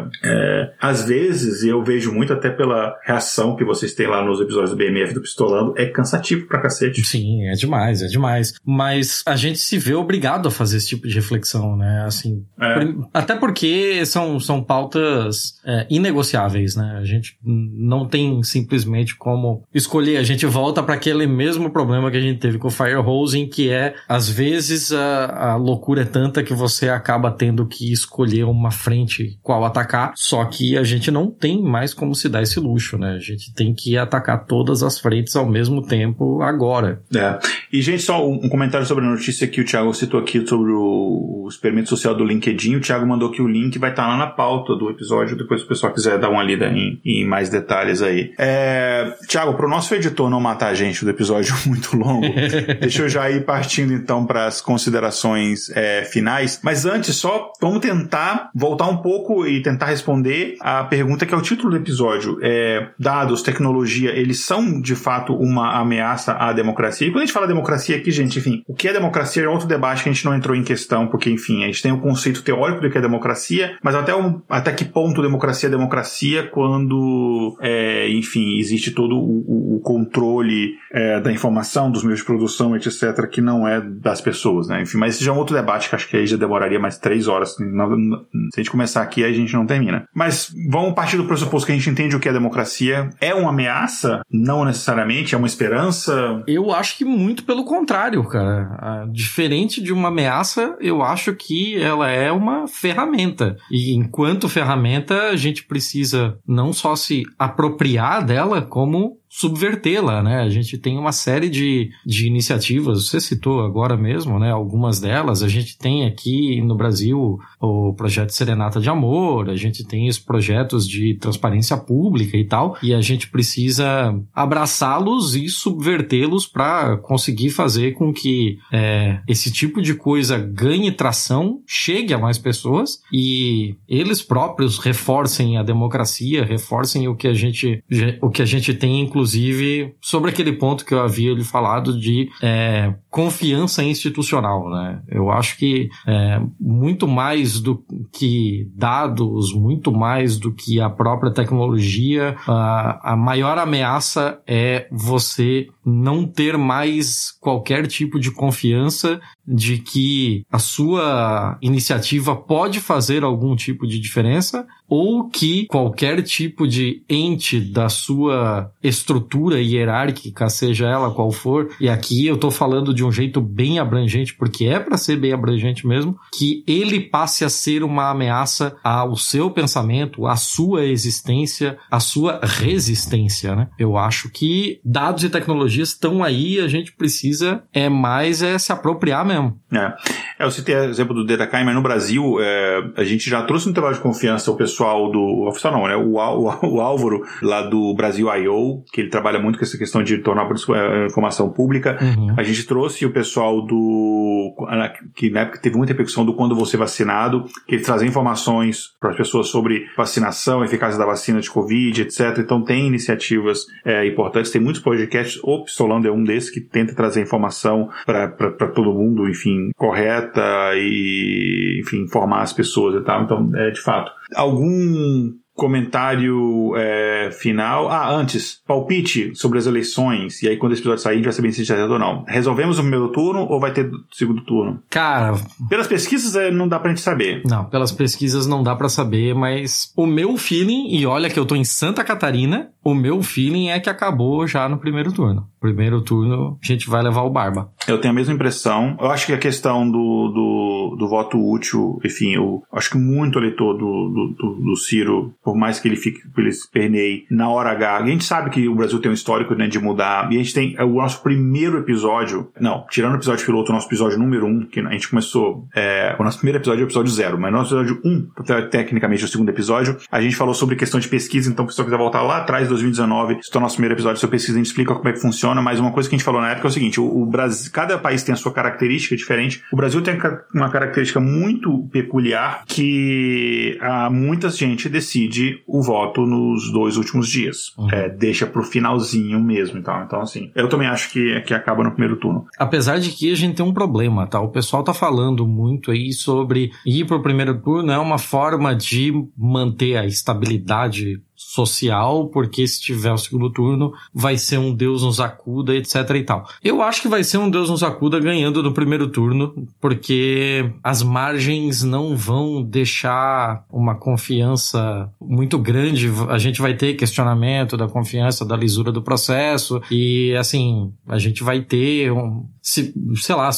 às vezes, eu vejo muito até pela reação que vocês têm lá nos episódios do BMF do Pistolando, é cansativo pra cacete. Sim, é demais. Mas a gente se vê obrigado a fazer esse tipo de reflexão, né? Assim, até porque são pautas inegociáveis, né? A gente não tem simplesmente como escolher. A gente volta para aquele mesmo problema que a gente teve com o firehosing, que às vezes a loucura é tanta que você acaba tendo que escolher uma frente qual atacar, só que a gente não tem mais como se dar esse luxo, né? A gente tem que atacar todas as frentes ao mesmo tempo agora. E, gente, só um comentário sobre a notícia que o Thiago citou aqui sobre o experimento social do LinkedIn. O Thiago mandou que o link vai estar lá na pauta do episódio, depois se o pessoal quiser dar uma lida em mais detalhes aí. Thiago, pro nosso editor não matar a gente do episódio muito longo, deixa eu já ir partindo então para as considerações finais, mas antes só vamos tentar voltar um pouco e tentar responder a pergunta que é o título do episódio. Dados, tecnologia, eles são de fato uma ameaça à democracia? E quando a gente fala democracia aqui, gente, enfim, o que é democracia é outro debate que a gente não entrou em questão, porque, enfim, a gente tem o conceito teórico do que é democracia, mas até que ponto democracia é democracia quando, enfim, existe todo o controle da informação, dos meios de produção, etc., que não é das pessoas, né? Enfim, mas esse já é um outro debate que acho que aí já demoraria mais 3 horas. Se a gente começar aqui, aí a gente não termina. Mas vamos partir do pressuposto que a gente entende o que é democracia. É uma ameaça? Não necessariamente. É uma esperança? Eu acho que muito pelo contrário, cara. Diferente de uma ameaça, eu acho que ela é uma ferramenta. E enquanto ferramenta, a gente precisa não só se apropriar dela, como subvertê-la, né? A gente tem uma série de iniciativas, você citou agora mesmo, né? Algumas delas. A gente tem aqui no Brasil o projeto Serenata de Amor, a gente tem os projetos de transparência pública e tal, e a gente precisa abraçá-los e subvertê-los para conseguir fazer com que esse tipo de coisa ganhe tração, chegue a mais pessoas e eles próprios reforcem a democracia, reforcem o que a gente tem, inclusive, sobre aquele ponto que eu havia lhe falado de confiança institucional, né? Eu acho que muito mais do que dados, muito mais do que a própria tecnologia, a maior ameaça é você não ter mais qualquer tipo de confiança de que a sua iniciativa pode fazer algum tipo de diferença ou que qualquer tipo de ente da sua estrutura hierárquica, seja ela qual for, e aqui eu tô falando de um jeito bem abrangente, porque é para ser bem abrangente mesmo, que ele passe a ser uma ameaça ao seu pensamento, à sua existência, à sua resistência, né? Eu acho que dados e tecnologias estão aí, a gente precisa mais se apropriar mesmo. Eu citei o exemplo do Datakai, mas no Brasil a gente já trouxe um trabalho de confiança ao pessoal do oficial não, né? O Álvaro lá do Brasil I.O., que ele trabalha muito com essa questão de tornar a informação pública. Uhum. A gente trouxe o pessoal que na época teve muita repercussão do Quando Você Vacinado, que ele trazia informações para as pessoas sobre vacinação, eficácia da vacina de Covid, etc. Então tem iniciativas importantes, tem muitos podcasts, o Pistolando é um desses que tenta trazer informação para todo mundo, enfim, correta e, enfim, informar as pessoas e tal. Então, de fato. Algum comentário final? Antes, palpite sobre as eleições, e aí quando esse episódio sair a gente vai saber se já é ou não. Resolvemos o primeiro turno ou vai ter segundo turno? Cara, pelas pesquisas não dá pra gente saber. Não, pelas pesquisas não dá pra saber, mas o meu feeling, e olha que eu tô em Santa Catarina, o meu feeling é que acabou já no primeiro turno. Primeiro turno, a gente vai levar o Barba. Eu tenho a mesma impressão. Eu acho que a questão do voto útil, enfim, eu acho que muito eleitor do Ciro, por mais que ele esperneie na hora H, a gente sabe que o Brasil tem um histórico, né, de mudar, e a gente tem o nosso primeiro episódio, não, tirando o episódio piloto, o nosso episódio número 1, que a gente começou, o nosso primeiro episódio é o episódio 0, mas o nosso episódio 1, tecnicamente o segundo episódio, a gente falou sobre questão de pesquisa, então se você quiser voltar lá atrás, 2019, se torna o nosso primeiro episódio sobre pesquisa, a gente explica como é que funciona, mas uma coisa que a gente falou na época é o seguinte, o Brasil, cada país tem a sua característica diferente, o Brasil tem uma característica muito peculiar, que muita gente decide o voto nos 2 últimos dias. Uhum. Deixa pro finalzinho mesmo. Então, assim, eu também acho que acaba no primeiro turno. Apesar de que a gente tem um problema, tá? O pessoal tá falando muito aí sobre ir pro primeiro turno é uma forma de manter a estabilidade social, porque se tiver o segundo turno vai ser um Deus nos acuda, etc e tal. Eu acho que vai ser um Deus nos acuda ganhando no primeiro turno, porque as margens não vão deixar uma confiança muito grande, a gente vai ter questionamento da confiança, da lisura do processo, e assim, a gente vai ter sei lá,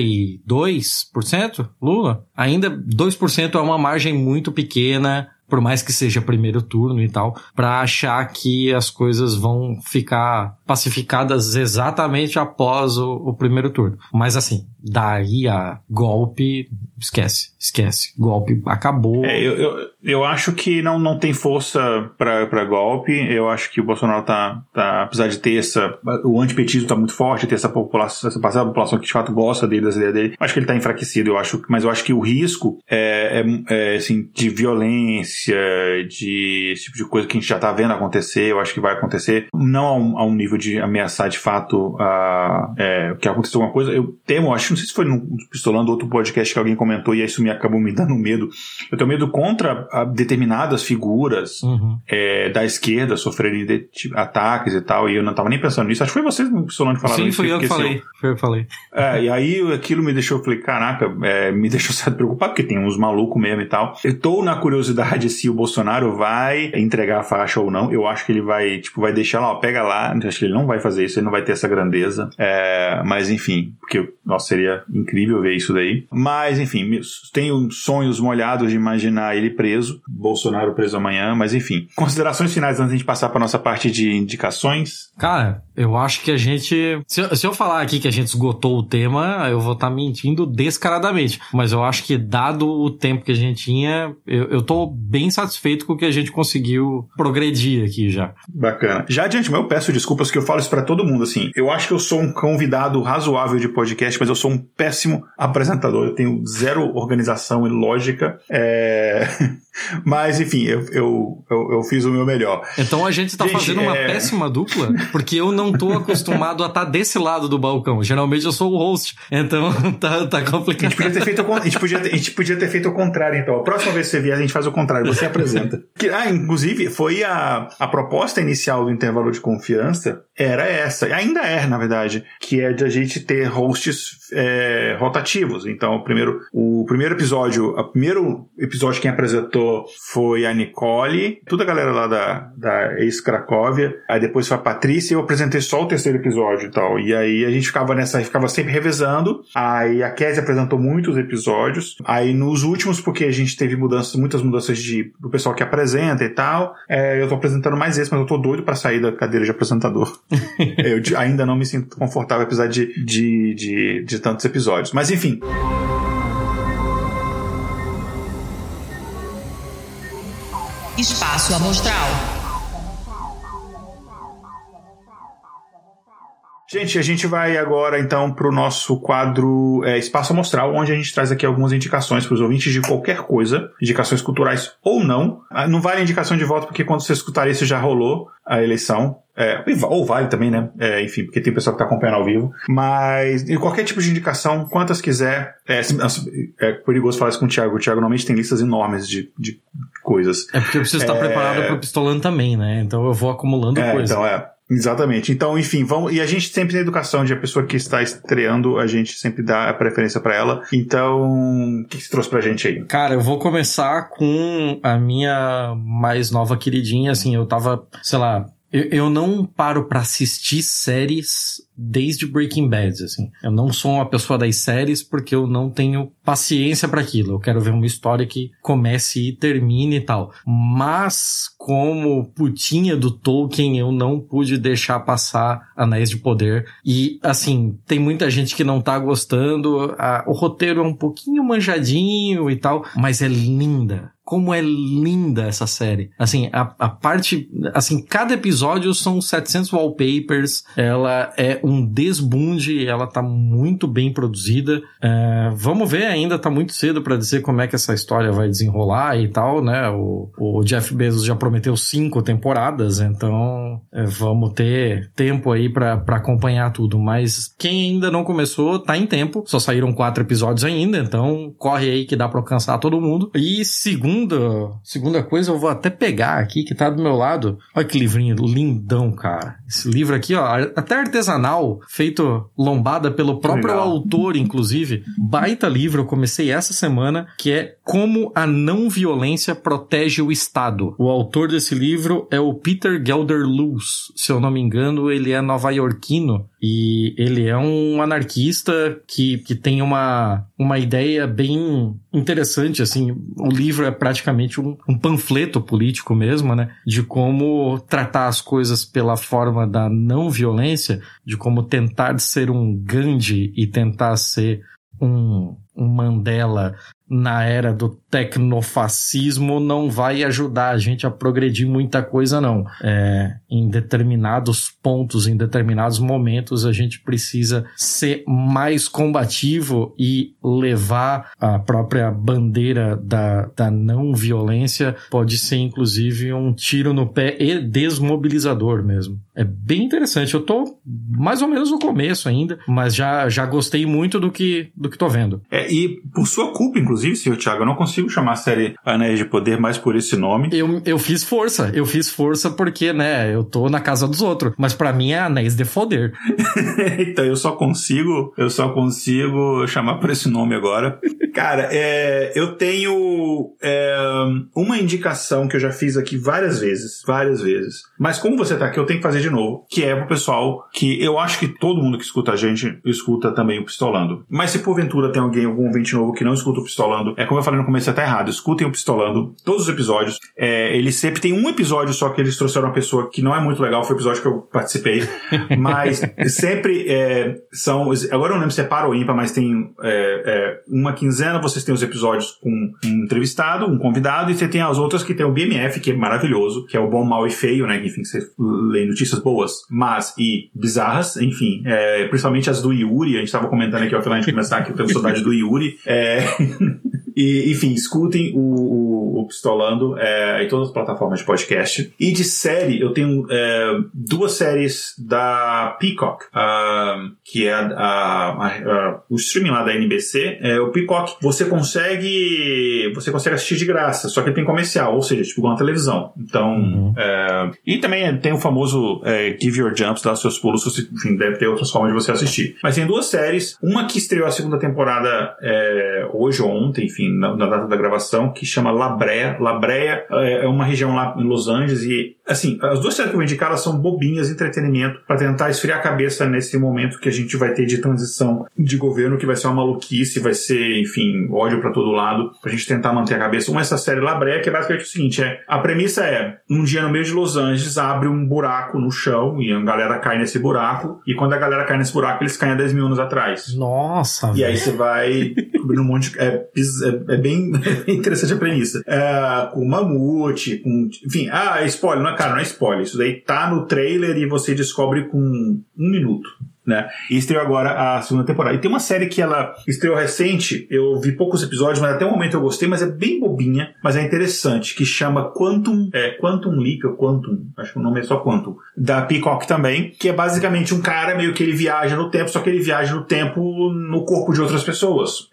52% Lula, ainda 2% é uma margem muito pequena, por mais que seja primeiro turno e tal, pra achar que as coisas vão ficar pacificadas exatamente após o primeiro turno. Mas assim, daí a golpe, esquece. Golpe acabou. Eu acho que não tem força pra golpe. Eu acho que o Bolsonaro tá apesar de ter o antipetismo tá muito forte, ter essa população, essa parcela da população que de fato gosta dele, das ideias dele. Acho que ele tá enfraquecido, mas eu acho que o risco assim, de violência, de esse tipo de coisa que a gente já tá vendo acontecer, eu acho que vai acontecer, não a um nível nível de ameaçar de fato que aconteceu alguma coisa. Eu temo, acho que não sei se foi no Pistolando, outro podcast que alguém comentou, e isso me acabou me dando medo. Eu tenho medo contra determinadas figuras da esquerda sofrerem ataques e tal, e eu não estava nem pensando nisso. Acho que foi vocês no Pistolando que falaram isso. Sim, foi eu que falei. E aí aquilo me deixou, eu falei, caraca, me deixou certo preocupado, porque tem uns malucos mesmo e tal. Eu tô na curiosidade se o Bolsonaro vai entregar a faixa ou não. Eu acho que ele vai deixar lá, pega lá. Eu acho que ele não vai fazer isso, ele não vai ter essa grandeza. Mas enfim, porque, nossa, seria incrível ver isso daí. Mas enfim, tenho sonhos molhados de imaginar ele preso, Bolsonaro preso amanhã, mas enfim. Considerações finais antes de a gente passar pra nossa parte de indicações? Cara, eu acho que a gente... Se eu falar aqui que a gente esgotou o tema, eu vou estar mentindo descaradamente. Mas eu acho que, dado o tempo que a gente tinha, eu tô bem satisfeito com o que a gente conseguiu progredir aqui já. Bacana. Já de antemão, eu peço desculpas que eu falo isso pra todo mundo, assim. Eu acho que eu sou um convidado razoável de podcast, mas eu sou um péssimo apresentador. Eu tenho zero organização e lógica. Mas, enfim, eu fiz o meu melhor. Então a gente tá fazendo uma péssima dupla, porque eu não tô acostumado a estar desse lado do balcão. Geralmente eu sou o host, então tá complicado. A gente podia ter feito o contrário, então. A próxima vez que você vier, a gente faz o contrário. Você apresenta. Inclusive, foi a proposta inicial do intervalo de confiança, era essa. Ainda na verdade, que é de a gente ter hosts rotativos. Então, o primeiro episódio quem apresentou foi a Nicole, toda a galera lá da ex-Cracóvia. Aí depois foi a Patrícia e eu apresentei só o terceiro episódio e tal. E aí a gente ficava sempre revezando. Aí a Kézia apresentou muitos episódios. Aí nos últimos, porque a gente teve muitas mudanças do pessoal que apresenta e tal, eu tô apresentando mais esse, mas eu tô doido pra sair da cadeira de apresentador. Eu ainda não me sinto confortável, apesar de tantos episódios. Mas enfim... Espaço Amostral. Gente, a gente vai agora então para o nosso quadro Espaço Amostral, onde a gente traz aqui algumas indicações para os ouvintes de qualquer coisa, indicações culturais ou não. Não vale indicação de voto, porque quando você escutar isso já rolou a eleição. Ou vale também, né? Enfim, porque tem pessoal que está acompanhando ao vivo. Mas qualquer tipo de indicação, quantas quiser. É perigoso falar isso com o Thiago. O Thiago normalmente tem listas enormes de coisas. É porque eu preciso estar preparado para o Pistolando também, né? Então eu vou acumulando coisas. Exatamente. Então, enfim, e a gente sempre tem educação de a pessoa que está estreando, a gente sempre dá a preferência pra ela. Então, o que você trouxe pra gente aí? Cara, eu vou começar com a minha mais nova queridinha, assim, eu tava, sei lá, eu não paro pra assistir séries desde Breaking Bad, assim. Eu não sou uma pessoa das séries porque eu não tenho paciência pra aquilo. Eu quero ver uma história que comece e termine e tal. Mas, como putinha do Tolkien, eu não pude deixar passar Anéis de Poder. E, assim, tem muita gente que não tá gostando. O roteiro é um pouquinho manjadinho e tal, mas é linda. Como é linda essa série. Assim, a parte... Assim, cada episódio são 700 wallpapers. Ela é um desbunde. Ela tá muito bem produzida. Vamos ver, ainda tá muito cedo pra dizer como é que essa história vai desenrolar e tal, né? O Jeff Bezos já prometeu 5 temporadas, então vamos ter tempo aí pra acompanhar tudo. Mas quem ainda não começou, tá em tempo. Só saíram 4 episódios ainda, então corre aí que dá pra alcançar todo mundo. E segunda coisa, eu vou até pegar aqui, que tá do meu lado. Olha que livrinho lindão, cara. Esse livro aqui, ó, até artesanal, feito lombada pelo próprio autor, inclusive. Baita livro, eu comecei essa semana, que é Como a Não Violência Protege o Estado. O autor desse livro é o Peter Gelder-Luz. Se eu não me engano, ele é nova-iorquino e ele é um anarquista que tem uma ideia bem interessante, assim. O livro é praticamente um panfleto político mesmo, né? De como tratar as coisas pela forma da não violência, de como tentar ser um Gandhi e tentar ser um um Mandela na era do tecnofascismo não vai ajudar a gente a progredir muita coisa, não. Em determinados pontos, em determinados momentos, a gente precisa ser mais combativo e levar a própria bandeira da não violência. Pode ser, inclusive, um tiro no pé e desmobilizador mesmo. É bem interessante. Eu tô mais ou menos no começo ainda, mas já gostei muito do que tô vendo. E por sua culpa, inclusive, senhor Thiago, eu não consigo chamar a série Anéis de Poder mais por esse nome. Eu fiz força porque, né, eu tô na casa dos outros, mas pra mim é Anéis de Poder. Então eu só consigo chamar por esse nome agora. Cara, eu tenho uma indicação que eu já fiz aqui várias vezes, mas como você tá aqui, eu tenho que fazer de novo, que é pro pessoal que eu acho que todo mundo que escuta a gente escuta também o Pistolando. Mas se porventura tem algum ouvinte novo que não escuta o Pistolando, como eu falei no começo, tá errado, escutem o Pistolando, todos os episódios. Eles sempre tem um episódio só que eles trouxeram uma pessoa que não é muito legal, foi o episódio que eu participei, mas sempre são, agora eu não lembro se é par ou ímpar, mas tem uma quinzena, vocês têm os episódios com um entrevistado, um convidado, e você tem as outras que tem o BMF, que é maravilhoso, que é o Bom, Mal e Feio, né, enfim, você lê notícias boas, mas e bizarras, enfim, principalmente as do Yuri, a gente tava comentando aqui, ó, antes de começar, que eu tenho saudade do Yuri, e, enfim, escutem o Pistolando em todas as plataformas de podcast. E de série, eu tenho duas séries da Peacock, que é o streaming lá da NBC. O Peacock, você consegue assistir de graça, só que tem comercial, ou seja, tipo uma televisão. Então, e também tem o famoso Give Your Jumps, dá os seus pulos, enfim, deve ter outras formas de você assistir. Mas tem duas séries, uma que estreou a segunda temporada hoje ou ontem, enfim, na data da gravação, que chama La Brea. La Brea é uma região lá em Los Angeles e, assim, as duas séries que eu vou indicar, elas são bobinhas, entretenimento, pra tentar esfriar a cabeça nesse momento que a gente vai ter de transição de governo, que vai ser uma maluquice, vai ser, enfim, ódio pra todo lado, pra gente tentar manter a cabeça. Uma é essa série La Brea, que é basicamente o seguinte, a premissa um dia no meio de Los Angeles, abre um buraco no chão e a galera cai nesse buraco, e quando a galera cai nesse buraco, eles caem há 10 mil anos atrás. Nossa! E aí você vai cobrindo um monte de... É bem interessante a premissa. Com mamute, enfim, spoiler, não é spoiler. Isso daí tá no trailer e você descobre com 1 minuto. Né? E estreou agora a segunda temporada. E tem uma série que ela estreou recente, eu vi poucos episódios, mas até o momento eu gostei, mas é bem bobinha, mas é interessante, que chama Quantum Leap, ou Quantum, acho que o nome é só Quantum, da Peacock também, que é basicamente um cara meio que ele viaja no tempo, só que ele viaja no tempo no corpo de outras pessoas.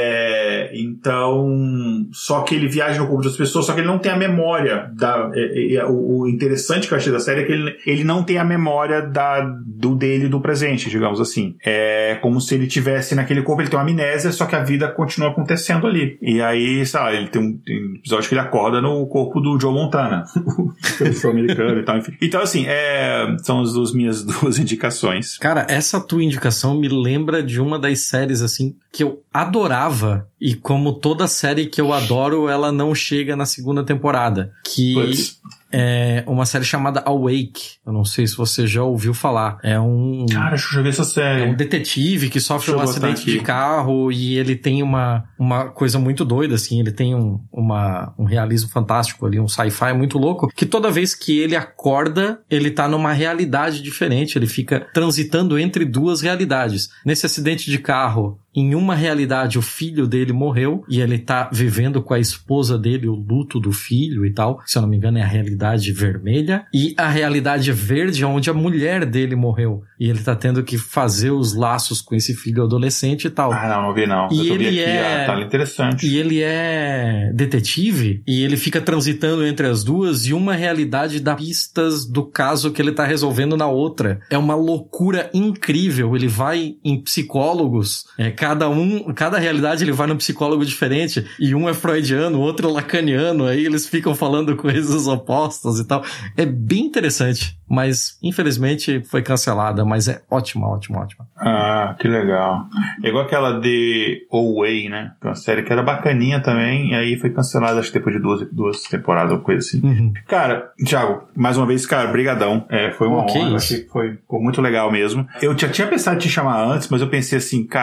Então, só que ele viaja no corpo de outras pessoas, só que ele não tem a memória o interessante que eu achei da série é que ele não tem a memória dele do presente, digamos assim. É como se ele tivesse naquele corpo, ele tem uma amnésia, só que a vida continua acontecendo ali. E aí, sei lá, ele tem um episódio que ele acorda no corpo do Joe Montana, o americano e tal, enfim. Então, assim, são as minhas duas indicações. Cara, essa tua indicação me lembra de uma das séries, assim, que eu adorava, e como toda série que eu adoro, ela não chega na segunda temporada, que é uma série chamada Awake. Eu não sei se você já ouviu falar. Cara, deixa eu jogar essa série. É um detetive que sofre um acidente de carro e ele tem uma coisa muito doida, assim. Ele tem um realismo fantástico ali, um sci-fi muito louco, que toda vez que ele acorda, ele tá numa realidade diferente. Ele fica transitando entre duas realidades. Nesse acidente de carro, em uma realidade, o filho dele morreu e ele tá vivendo com a esposa dele o luto do filho e tal. Se eu não me engano, é a realidade vermelha. E a realidade verde, onde a mulher dele morreu. E ele tá tendo que fazer os laços com esse filho adolescente e tal. Não vi não. E ele tá interessante. E ele é detetive e ele fica transitando entre as duas e uma realidade dá pistas do caso que ele tá resolvendo na outra. É uma loucura incrível. Ele vai em psicólogos, cada realidade ele vai num psicólogo diferente, e um é freudiano, o outro é lacaniano, aí eles ficam falando coisas opostas e tal. É bem interessante, mas infelizmente foi cancelada, mas é ótima. Que legal. É igual aquela de Away, né? Que é uma série que era bacaninha também, e aí foi cancelada, acho que depois de duas temporadas ou coisa assim. Uhum. Cara, Thiago, mais uma vez, cara, brigadão. Foi uma honra, achei que ficou muito legal mesmo. Eu já tinha pensado em te chamar antes, mas eu pensei assim, cara, sério,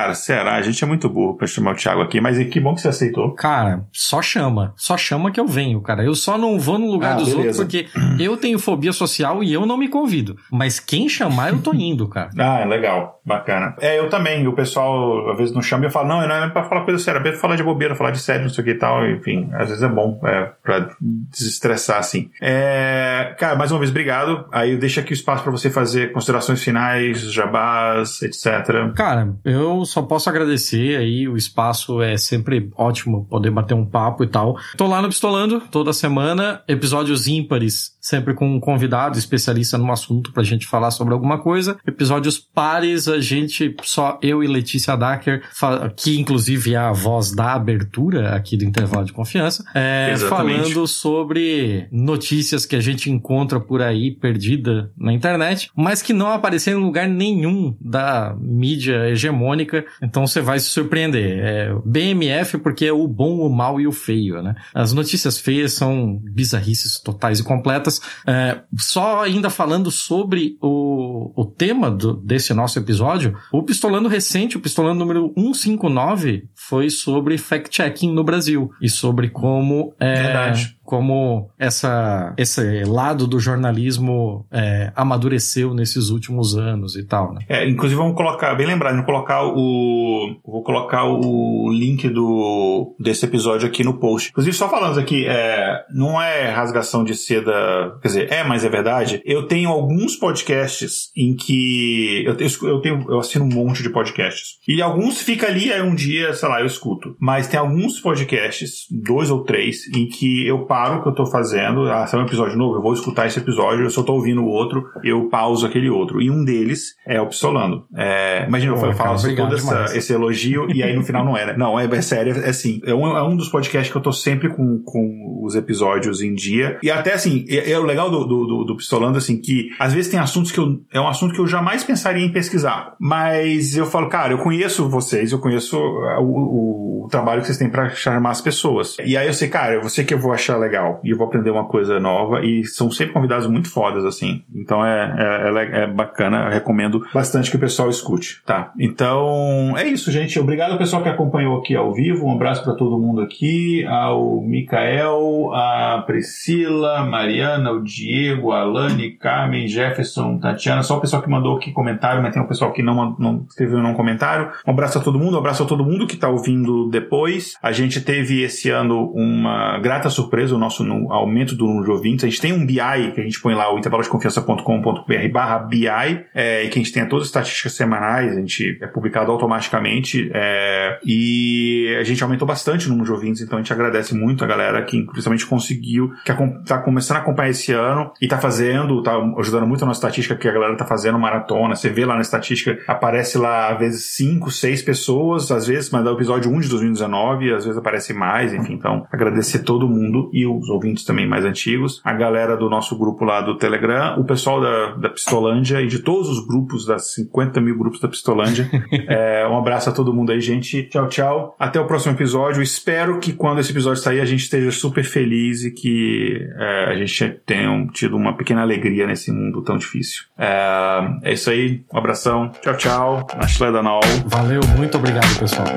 cara. A gente é muito burro pra chamar o Thiago aqui, mas que bom que você aceitou. Cara, só chama que eu venho, cara. Eu só não vou no lugar dos outros porque eu tenho fobia social e eu não me convido. Mas quem chamar, eu tô indo, cara. Legal. Bacana. Eu também. O pessoal, às vezes, não chama e eu falo, não é pra falar coisa séria, é pra falar de bobeira, falar de sério, não sei o que e tal. Enfim, às vezes é bom pra desestressar, assim. Cara, mais uma vez, obrigado. Aí eu deixo aqui o espaço pra você fazer considerações finais, jabás, etc. Cara, eu só posso agradecer aí, o espaço é sempre ótimo poder bater um papo e tal. Tô lá no Pistolando toda semana, episódios ímpares, sempre com um convidado especialista num assunto pra gente falar sobre alguma coisa. Episódios pares, a gente, só eu e Letícia Dacker, que inclusive é a voz da abertura aqui do Intervalo de Confiança, falando sobre notícias que a gente encontra por aí perdida na internet, mas que não apareceram em lugar nenhum da mídia hegemônica, então você vai se surpreender. BMF porque é o bom, o mal e o feio, né? As notícias feias são bizarrices totais e completas. Só ainda falando sobre o tema desse nosso episódio, o Pistolando recente, o Pistolando número 159, foi sobre fact-checking no Brasil e sobre como como esse lado do jornalismo amadureceu nesses últimos anos e tal, né? Inclusive vamos colocar, bem lembrado, vou colocar o link desse episódio aqui no post. Inclusive, só falando aqui, não é rasgação de seda, quer dizer, mas é verdade. Eu tenho alguns podcasts em que eu assino um monte de podcasts. E alguns fica ali, aí um dia, sei lá, eu escuto. Mas tem alguns podcasts, 2 ou 3, em que eu paro o que eu tô fazendo, se é um episódio novo, eu vou escutar esse episódio, eu só tô ouvindo o outro, eu pauso aquele outro. E um deles é o Pistolando. Imagina, eu falo todo esse elogio e aí no final não era. Não, é sério, é assim, é um dos podcasts que eu tô sempre com os episódios em dia. E até assim, o legal do Pistolando, assim, que às vezes tem assuntos é um assunto que eu jamais pensaria em pesquisar. Mas eu falo, cara, eu conheço vocês, eu conheço o trabalho que vocês têm pra chamar as pessoas. E aí eu sei, cara, eu sei que eu vou achar legal e eu vou aprender uma coisa nova e são sempre convidados muito fodas, assim. Então é bacana, eu recomendo bastante que o pessoal escute, tá? Então é isso, gente. Obrigado ao pessoal que acompanhou aqui ao vivo. Um abraço pra todo mundo aqui, ao Mikael, a Priscila, a Mariana, o Diego, a Alane, Carmen, Jefferson, Tatiana, só o pessoal que mandou aqui comentário, mas tem um pessoal que não escreveu nenhum comentário. Um abraço a todo mundo, um abraço a todo mundo que tá ouvindo depois. A gente teve esse ano uma grata surpresa, o nosso aumento do número de ouvintes. A gente tem um BI que a gente põe lá, o intervalodeconfiança.com.br/BI, e que a gente tem todas as estatísticas semanais, a gente é publicado automaticamente, e a gente aumentou bastante o número de ouvintes, então a gente agradece muito a galera que principalmente conseguiu, que tá começando a acompanhar esse ano e tá ajudando muito a nossa estatística, que a galera tá fazendo maratona. Você vê lá na estatística, aparece lá às vezes 5, 6 pessoas, às vezes, mas é o episódio 1 de 2019, às vezes aparece mais, enfim. Então, agradecer todo mundo e os ouvintes também mais antigos, a galera do nosso grupo lá do Telegram, o pessoal da Pistolândia e de todos os grupos, das 50 mil grupos da Pistolândia. Um abraço a todo mundo aí, gente. Tchau, tchau. Até o próximo episódio. Espero que quando esse episódio sair a gente esteja super feliz e que a gente tenha tido uma pequena alegria nesse mundo tão difícil. É isso aí. Um abração. Tchau, tchau. Ashley Danol. Valeu. Muito obrigado, pessoal.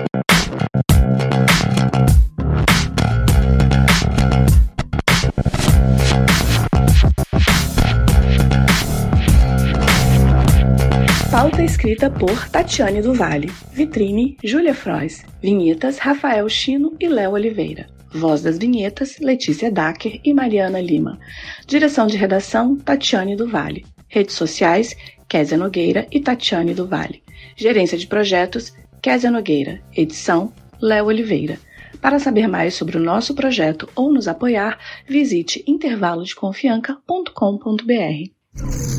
Pauta escrita por Tatiane do Vale. Vitrine, Júlia Frois. Vinhetas, Rafael Chino e Léo Oliveira. Voz das vinhetas, Letícia Dacker e Mariana Lima. Direção de redação, Tatiane do Vale. Redes sociais, Kézia Nogueira e Tatiane do Vale. Gerência de projetos, Kézia Nogueira. Edição, Léo Oliveira. Para saber mais sobre o nosso projeto ou nos apoiar, visite intervalodeconfianca.com.br.